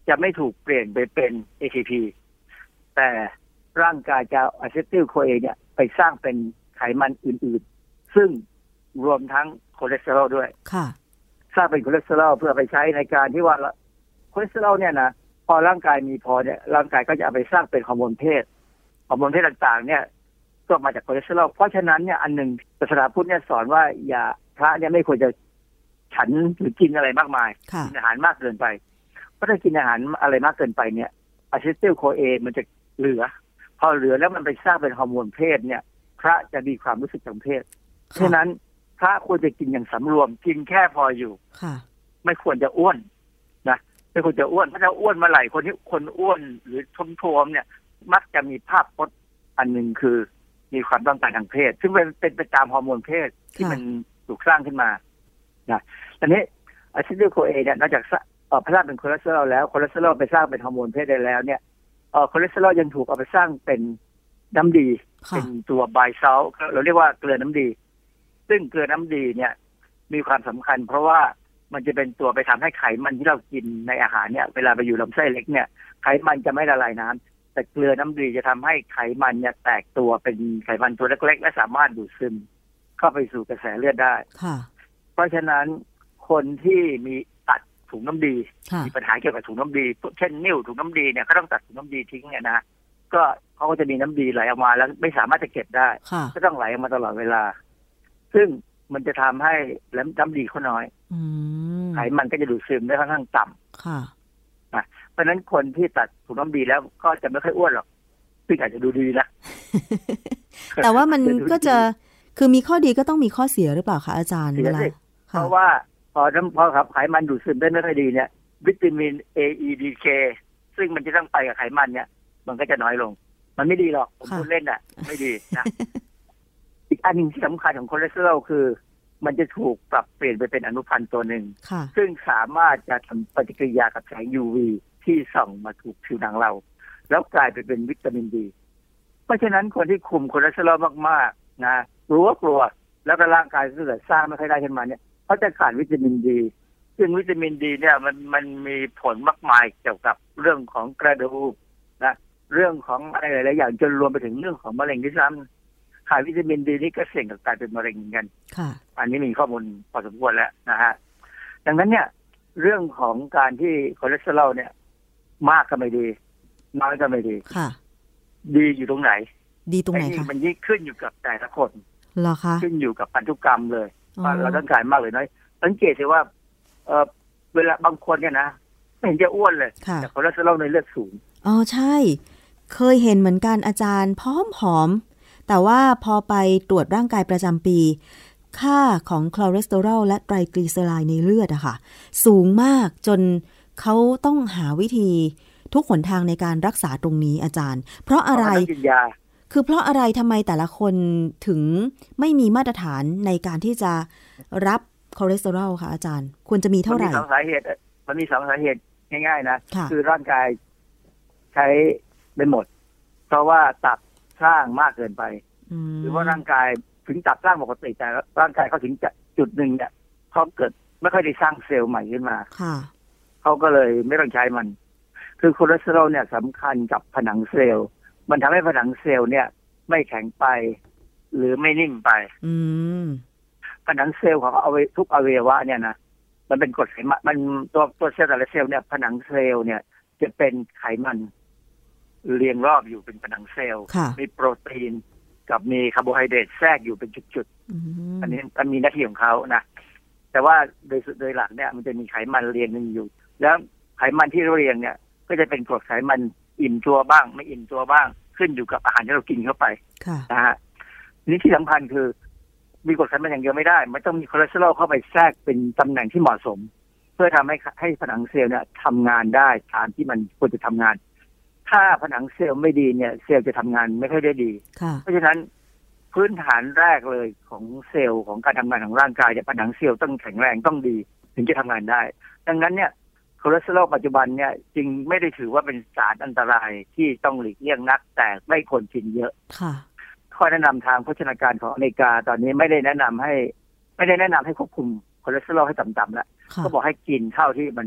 จะไม่ถูกเปลี่ยนไปเป็น ATP แต่ร่างกายจะอะเซทิลโคเอเนี่ยไปสร้างเป็นไขมันอื่นๆซึ่งรวมทั้งคอเลสเตอรอลด้วยค่ะสร้างเป็นคอเลสเตอรอลเพื่อไปใช้ในการที่ว่าคอเลสเตอรอลเนี่ยนะพอร่างกายมีพอเนี่ยร่างกายก็จะเอาไปสร้างเป็นฮอร์โมนเพศต่างๆเนี่ยก็มาจากคอเลสเตอรอลเพราะฉะนั้นเนี่ยอันหนึ่งศาสนาพุทธเนี่ยสอนว่าอย่าพระเนี่ยไม่ควรจะฉันหรือกินอะไรมากมายกินอาหารมากเกินไปเพราะถ้ากินอาหารอะไรมากเกินไปเนี่ยอะเซทิลโคเอมันจะเหลือพอเหลือแล้วมันไปสร้างเป็นฮอร์โมนเพศเนี่ยพระจะมีความรู้สึกทางเพศเพราะฉะนั้นพระควรจะกินอย่างสำรวมกินแค่พออยู่ไม่ควรจะอ้วนนะไม่ควรจะอ้วนถ้าจะอ้วนมาไหลคนที่คนอ้วนหรือท้วมๆเนี่ยมักจะมีภาพพจน์อันหนึ่งคือมีความต้องการทางเพศซึ่งเป็นไปตามฮอร์โมนเพศที่มันถูกสร้างขึ้นมานะตอนนี้อะซิทิลโคเอเนี่ยนอกจากพระเป็นคอเลสเตอรอลแล้วคอเลสเตอรอลไปสร้างเป็นฮอร์โมนเพศได้แล้วเนี่ยคอเลสเตอรอลยังถูกเอาไปสร้างเป็นน้ำดีเป็นตัวไบซอลต์เราเรียกว่าเกลือน้ำดีซึ่งเกลือน้ำดีเนี่ยมีความสำคัญเพราะว่ามันจะเป็นตัวไปทำให้ไขมันที่เรากินในอาหารเนี่ยเวลาไปอยู่ลำไส้เล็กเนี่ยไขมันจะไม่ละลายน้ำแต่เกลือน้ำดีจะทำให้ไขมันเนี่ยแตกตัวเป็นไขมันตัวเล็กๆและสามารถดูดซึมเข้าไปสู่กระแสเลือดได้เพราะฉะนั้นคนที่มีตัดถุงน้ำดีมีปัญหาเกี่ยวกับถุงน้ำดีเช่นนิ่วถุงน้ำดีเนี่ยเขาต้องตัดถุงน้ำดีทิ้งเนี่ยนะก็เขาก็จะมีน้ำดีไหลออกมาแล้วไม่สามารถจะเก็บได้ก็ต้องไหลออกมาตลอดเวลาซึ่งมันจะทำให้น้ำดีเขาน้อยไขมันก็จะดูดซึมได้ค่อนข้างต่ำเพราะฉะนั้นคนที่ตัดถุงน้ำดีแล้วก็จะไม่ค่อยอ้วนหรอกซึ่งอาจจะดูดีนะแต่ว่ามันก็จะคือมีข้อดีก็ต้องมีข้อเสียหรือเปล่าคะอาจารย์เวลาเพราะว่าพอครับไขมันดูดซึมได้ไม่ค่อยดีเนี่ยวิตามิน A E D K ซึ่งมันจะต้องไปกับไขมันเนี่ยมันก็จะน้อยลงมันไม่ดีหรอกผมพูดเล่นอ่ะไม่ดีนะ อีกอันนึงที่สำคัญของคอเลสเตอรอลคือมันจะถูกปรับเปลี่ยนไปเป็นอนุพันธ์ตัวหนึ่งซึ่งสามารถจะทำปฏิกิริยากับแสง UV ที่ส่องมาถูกผิวหนังเราแล้วกลายไปเป็นวิตามินดีเพราะฉะนั้นคนที่คุมคอเลสเตอรอลมากๆนะกลัวแล้วก็ร่างกายเกิดสร้างไม่ค่อยได้ขึ้นมาเนี่ยเขาจะขาดวิตามินดีซึ่งวิตามินดีเนี่ยมันมีผลมากมายเกี่ยวกับเรื่องของกระดูกนะเรื่องของอะไรหลายๆอย่างจนรวมไปถึงเรื่องของมะเร็งที่ซ้ำขาดวิตามินดีนี่ก็เสี่ยงกับการเป็นมะเร็งเหมือนกันอันนี้มีข้อมูลพอสมควรแล้วนะฮะดังนั้นเนี่ยเรื่องของการที่คอเลสเตอรอลเนี่ยมากก็ไม่ดีน้อยก็ไม่ดีดีอยู่ตรงไหนดีตรงไหนคะมันยิ่งขึ้นอยู่กับแต่ละคนเหรอคะขึ้นอยู่กับพันธุกรรมเลยว่าเราต้องการมากหรือน้อยสังเกตสิว่าเวลาบางคนเนี่ยนะไม่เห็นจะอ้วนเลยแต่คอเลสเตอรอลในเลือดสูงอ๋อใช่เคยเห็นเหมือนกันอาจารย์ผอมแต่ว่าพอไปตรวจร่างกายประจำปีค่าของคอเลสเตอรอลและไตรกลีเซอไรด์ในเลือดอะค่ะสูงมากจนเขาต้องหาวิธีทุกหนทางในการรักษาตรงนี้อาจารย์เพราะอะไรคือเพราะอะไรทำไมแต่ละคนถึงไม่มีมาตรฐานในการที่จะรับคอเลสเตอรอลคะอาจารย์ควรจะมีเท่าไหร่มันมี2 สาเหตุง่ายๆนะคือร่างกายใช้ไปหมดเพราะว่าตับสร้างมากเกินไปหรือว่าร่างกายถึงตับสร้างปกติแต่ร่างกายเขาถึงจุดหนึ่งเนี่ยเขาเกิดไม่ค่อยได้สร้างเซลล์ใหม่ขึ้นมาเขาก็เลยไม่ต้องใช้มันคือคอเลสเตอรอลเนี่ยสำคัญกับผนังเซลล์มันทำให้ผนังเซลล์เนี่ยไม่แข็งไปหรือไม่นิ่มไปผนังเซลล์ของทุกอวัยวะเนี่ยนะมันเป็นกรดไขมันมันตัวเซลล์แต่ละเซลล์เนี่ยผนังเซลล์เนี่ยจะเป็นไขมันเรียงรอบอยู่เป็นผนังเซลล์มีโปรตีนกับมีคาร์โบไฮเดรตแทรกอยู่เป็นจุดๆอันนี้มันมีหน้าที่ของเขานะแต่ว่าโดยหลักเนี่ยมันจะมีไขมันเรียงกันอยู่แล้วไขมันที่เรียงเนี่ยก็จะเป็นกรดไขมันอิ่มตัวบ้างไม่อิ่มตัวบ้างขึ้นอยู่กับอาหารที่เรากินเข้าไปนะฮะนี่ที่สำคัญคือมีกรดไขมันอย่างเดียวไม่ได้มันต้องมีคอเลสเตอรอลเข้าไปแทรกเป็นตำแหน่งที่เหมาะสมเพื่อทำให้ผนังเซลล์เนี่ยทำงานได้ตามที่มันควรจะทำงานถ้าผนังเซลล์ไม่ดีเนี่ยเซลล์จะทำงานไม่ค่อยได้ดีเพราะฉะนั้นพื้นฐานแรกเลยของเซลล์ของการทำงานของร่างกายเนี่ยผนังเซลล์ต้องแข็งแรงต้องดีถึงจะทำงานได้ดังนั้นเนี่ยคอเลสเตอรอลปัจจุบันเนี่ยจึงไม่ได้ถือว่าเป็นสารอันตรายที่ต้องหลีกเลี่ยงนักแต่ไม่ควรกินเยอะข้อแนะนำทางโภชนาการของอเมริกาตอนนี้ไม่ได้แนะนำให้ควบคุมคอเลสเตอรอลให้ต่ำๆแล้วก็บอกให้กินเท่าที่มันเ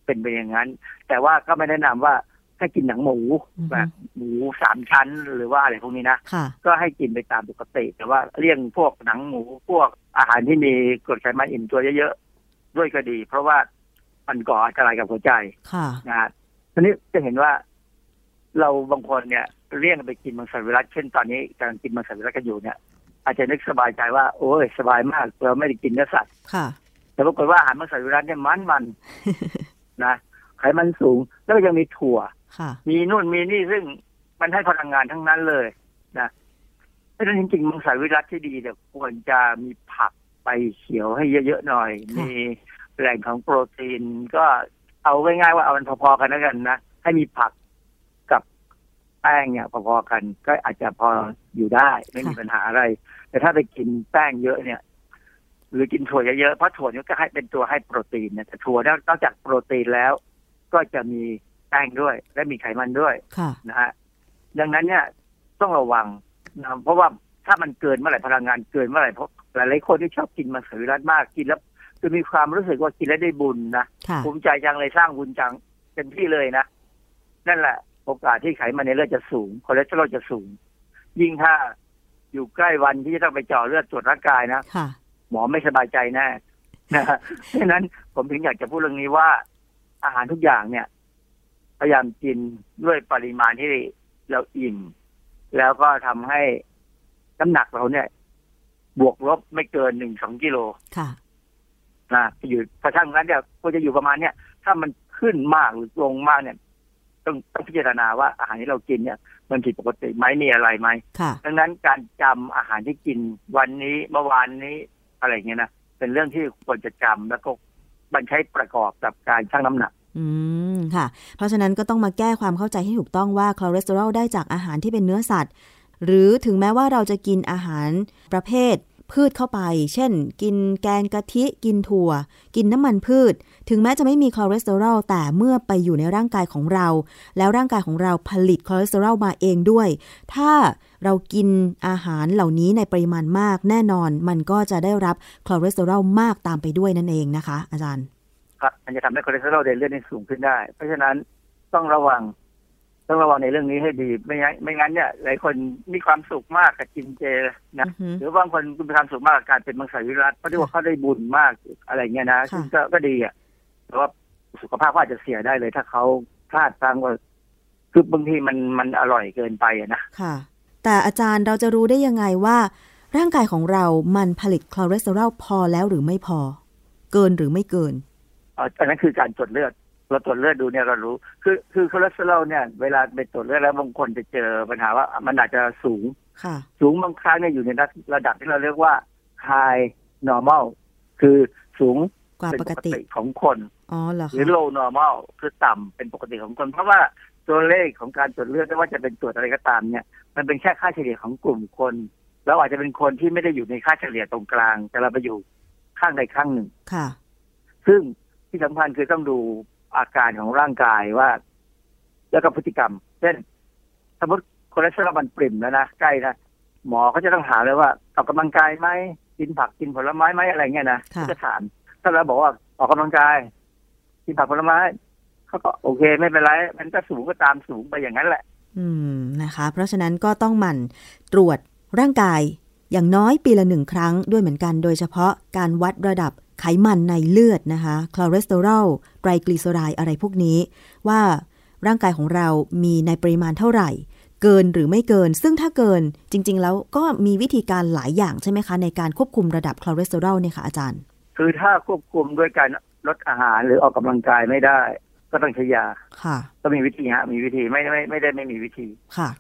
เป็นไปอย่างนั้นแต่ว่าก็ไม่แนะนำว่าให้กินหนังหมูแบบหมู3 ชั้นหรือว่าอะไรพวกนี้นะก็ให้กินไปตามปกติแต่ว่าเลี่ยงพวกหนังหมูพวกอาหารที่มีกรดไขมันอิ่มตัวเยอะๆด้วยก็ดีเพราะว่ามันก่ออันตรายกับหัวใจนะฮะทีนี้จะเห็นว่าเราบางคนเนี่ยเลี่ยงไปกินมังสวิรัติเช่นตอนนี้กำลังกินมังสวิรัติกันอยู่เนี่ยอาจจะนึกสบายใจว่าโอ้ยสบายมากเราไม่ได้กินเนื้อสัตว์แต่ปรากฏว่าอาหารมังสวิรัติเนี่ยมันนะไขมันสูงแล้วก็ยังมีถั่วมีนู่นมีนี่ซึ่งมันให้พลังงานทั้งนั้นเลยนะเพราะฉะนั้นจริงๆมังสวิรัติที่ดีเนี่ยควรจะมีผักใบเขียวให้เยอะๆหน่อยมีแหล่งของโปรตีนก็เอาง่ายๆว่าเอามันพอๆกันแล้วกันนะให้มีผักกับแป้งเนี่ยพอๆกันก็อาจจะพออยู่ได้ไม่มีปัญหาอะไรแต่ถ้าไปกินแป้งเยอะเนี่ยหรือกินถั่วเยอะๆเพราะถั่วนี่ก็ให้เป็นตัวให้โปรตีนนะแต่ถั่วนอกจากโปรตีนแล้วก็จะมีแป้งด้วยและมีไขมันด้วยนะฮะดังนั้นเนี่ยต้องระวังนะเพราะว่าถ้ามันเกินเมื่อไหร่พลังงานเกินเมื่อไหร่เพราะหลายๆคนที่ชอบกินมังสวิรัติมากกินแล้วจะมีความรู้สึกว่ากินแล้วได้บุญนะภูมิใจจังเลยสร้างบุญจังเต็มที่เลยนะนั่นแหละโอกาสที่ไขมันในเลือดจะสูงคอเลสเตอรอลจะสูงยิ่งถ้าอยู่ใกล้วันที่จะต้องไปเจาะเลือดตรวจร่างกายนะหมอไม่สบายใจแน่นะเพราะฉะนั้นผมถึงอยากจะพูดเรื่องนี้ว่าอาหารทุกอย่างเนี่ยพยายามกินด้วยปริมาณที่เราอิ่มแล้วก็ทำให้น้ำหนักเราเนี่ยบวกลบไม่เกิน 1-2 กิโลนะจะอยู่ถ้าช่างนั้นเนี่ยก็จะอยู่ประมาณเนี้ยถ้ามันขึ้นมากหรือลงมากเนี่ยต้องพิจารณาว่าอาหารที่เรากินเนี่ยมันผิดปกติไหมมีอะไรไหมดังนั้นการจำอาหารที่กินวันนี้เมื่อวานนี้อะไรเงี้ยนะเป็นเรื่องที่ควรจะจำแล้วก็มันใช้ประกอบกับการชั่งน้ำหนักค่ะเพราะฉะนั้นก็ต้องมาแก้ความเข้าใจให้ถูกต้องว่าคอเลสเตอรอลได้จากอาหารที่เป็นเนื้อสัตว์หรือถึงแม้ว่าเราจะกินอาหารประเภทพืชเข้าไปเช่นกินแกงกะทิกินถั่วกินน้ำมันพืชถึงแม้จะไม่มีคอเลสเตอรอลแต่เมื่อไปอยู่ในร่างกายของเราแล้วร่างกายของเราผลิตคอเลสเตอรอลมาเองด้วยถ้าเรากินอาหารเหล่านี้ในปริมาณมากแน่นอนมันก็จะได้รับคอเลสเตอรอลมากตามไปด้วยนั่นเองนะคะอาจารย์ครับมันจะทำให้คอเลสเตอรอลในเลือดสูงขึ้นได้เพราะฉะนั้นต้องระวังในเรื่องนี้ให้ดีไม่งั้นเนี่ยหลายคนมีความสุขมากกับกินเจนะหรือบางคนมีความสุขมากกับการเป็นมังสวิรัติเพราะที่ว่าเขาได้บุญมากอะไรเงี้ยนะซึ่งก็ดีอ่ะแต่ว่าสุขภาพก็อาจจะเสียได้เลยถ้าเขาพลาดพลั้งว่าคือบางทีมันอร่อยเกินไปนะค่ะแต่อาจารย์เราจะรู้ได้ยังไงว่าร่างกายของเรามันผลิตคอเลสเตอรอลพอแล้วหรือไม่พอเกินหรือไม่เกินอันนั้นคือการตรวจเลือดเราตรวจเลือดดูเนี่ยเรารู้คือคอเลสเตอรอลเนี่ยเวลาไปตรวจเลือดแล้วบางคนจะเจอปัญหาว่ามันอาจจะสูงบางครั้งเนี่ยอยู่ในระดับที่เราเรียกว่า high normal คือสูงกว่าปกติของคนหรือ low normal คือต่ำเป็นปกติของคนเพราะว่าตัวเลขของการตรวจเลือดไม่ว่าจะเป็นตรวจอะไรก็ตามเนี่ยมันเป็นแค่ค่าเฉลี่ยของกลุ่มคนแล้วอาจจะเป็นคนที่ไม่ได้อยู่ในค่าเฉลี่ยตรงกลางแต่เราไปอยู่ข้างใดข้างหนึ่งซึ่งที่สำคัญคือต้องดูอาการของร่างกายว่าแล้วก็พฤติกรรมเช่นสมมติคอเลสเตอรอลมันปริ่มแล้วนะใกล้นะหมอเขาจะต้องถามเลยว่าออกกำลังกายไหมกินผักกินผลไม้ไหมอะไรเงี้ยนะจะถามถ้าเราบอกว่าออกกำลังกายกินผักผลไม้เขาก็โอเคไม่เป็นไรมันก็สูงก็ตามสูงไปอย่างนั้นแหละนะคะเพราะฉะนั้นก็ต้องหมั่นตรวจร่างกายอย่างน้อยปีละ1 ครั้งด้วยเหมือนกันโดยเฉพาะการวัดระดับไขมันในเลือดนะคะคอเลสเตอรอลไตรกลีเซอไรด์อะไรพวกนี้ว่าร่างกายของเรามีในปริมาณเท่าไหร่เกินหรือไม่เกินซึ่งถ้าเกินจริงๆแล้วก็มีวิธีการหลายอย่างใช่ไหมคะในการควบคุมระดับคอเลสเตอรอลเนี่ยค่ะอาจารย์คือถ้าควบคุมด้วยการลดอาหารหรือออกกำลังกายไม่ได้ก็ต้องใช้ยาค่ะก็มีวิธีมีวิธีไม่ได้ไม่มีวิธีค่ะ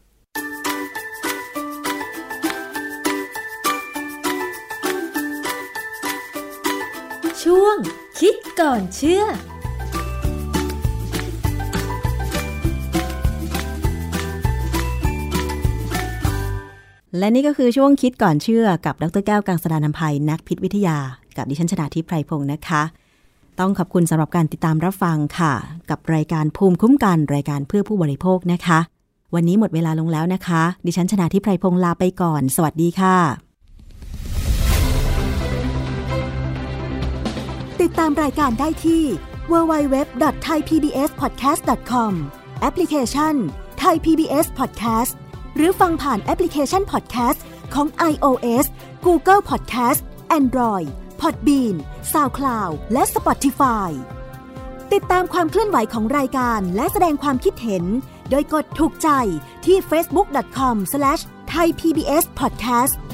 ช่วงคิดก่อนเชื่อและนี่ก็คือช่วงคิดก่อนเชื่อกับดร.แก้วกังสดาลอำไพนักพิษวิทยากับดิฉันชนาธิป ไพรพงศ์นะคะต้องขอบคุณสำหรับการติดตามรับฟังค่ะกับรายการภูมิคุ้มกันรายการเพื่อผู้บริโภคนะคะวันนี้หมดเวลาลงแล้วนะคะดิฉันชนาธิป ไพรพงศ์ลาไปก่อนสวัสดีค่ะติดตามรายการได้ที่ www.thaipbspodcast.com แอปพลิเคชัน Thai PBS Podcast หรือฟังผ่านแอปพลิเคชัน Podcast ของ iOS Google Podcast Android Podbean SoundCloud และ Spotify ติดตามความเคลื่อนไหวของรายการและแสดงความคิดเห็นโดยกดถูกใจที่ facebook.com/thaipbspodcast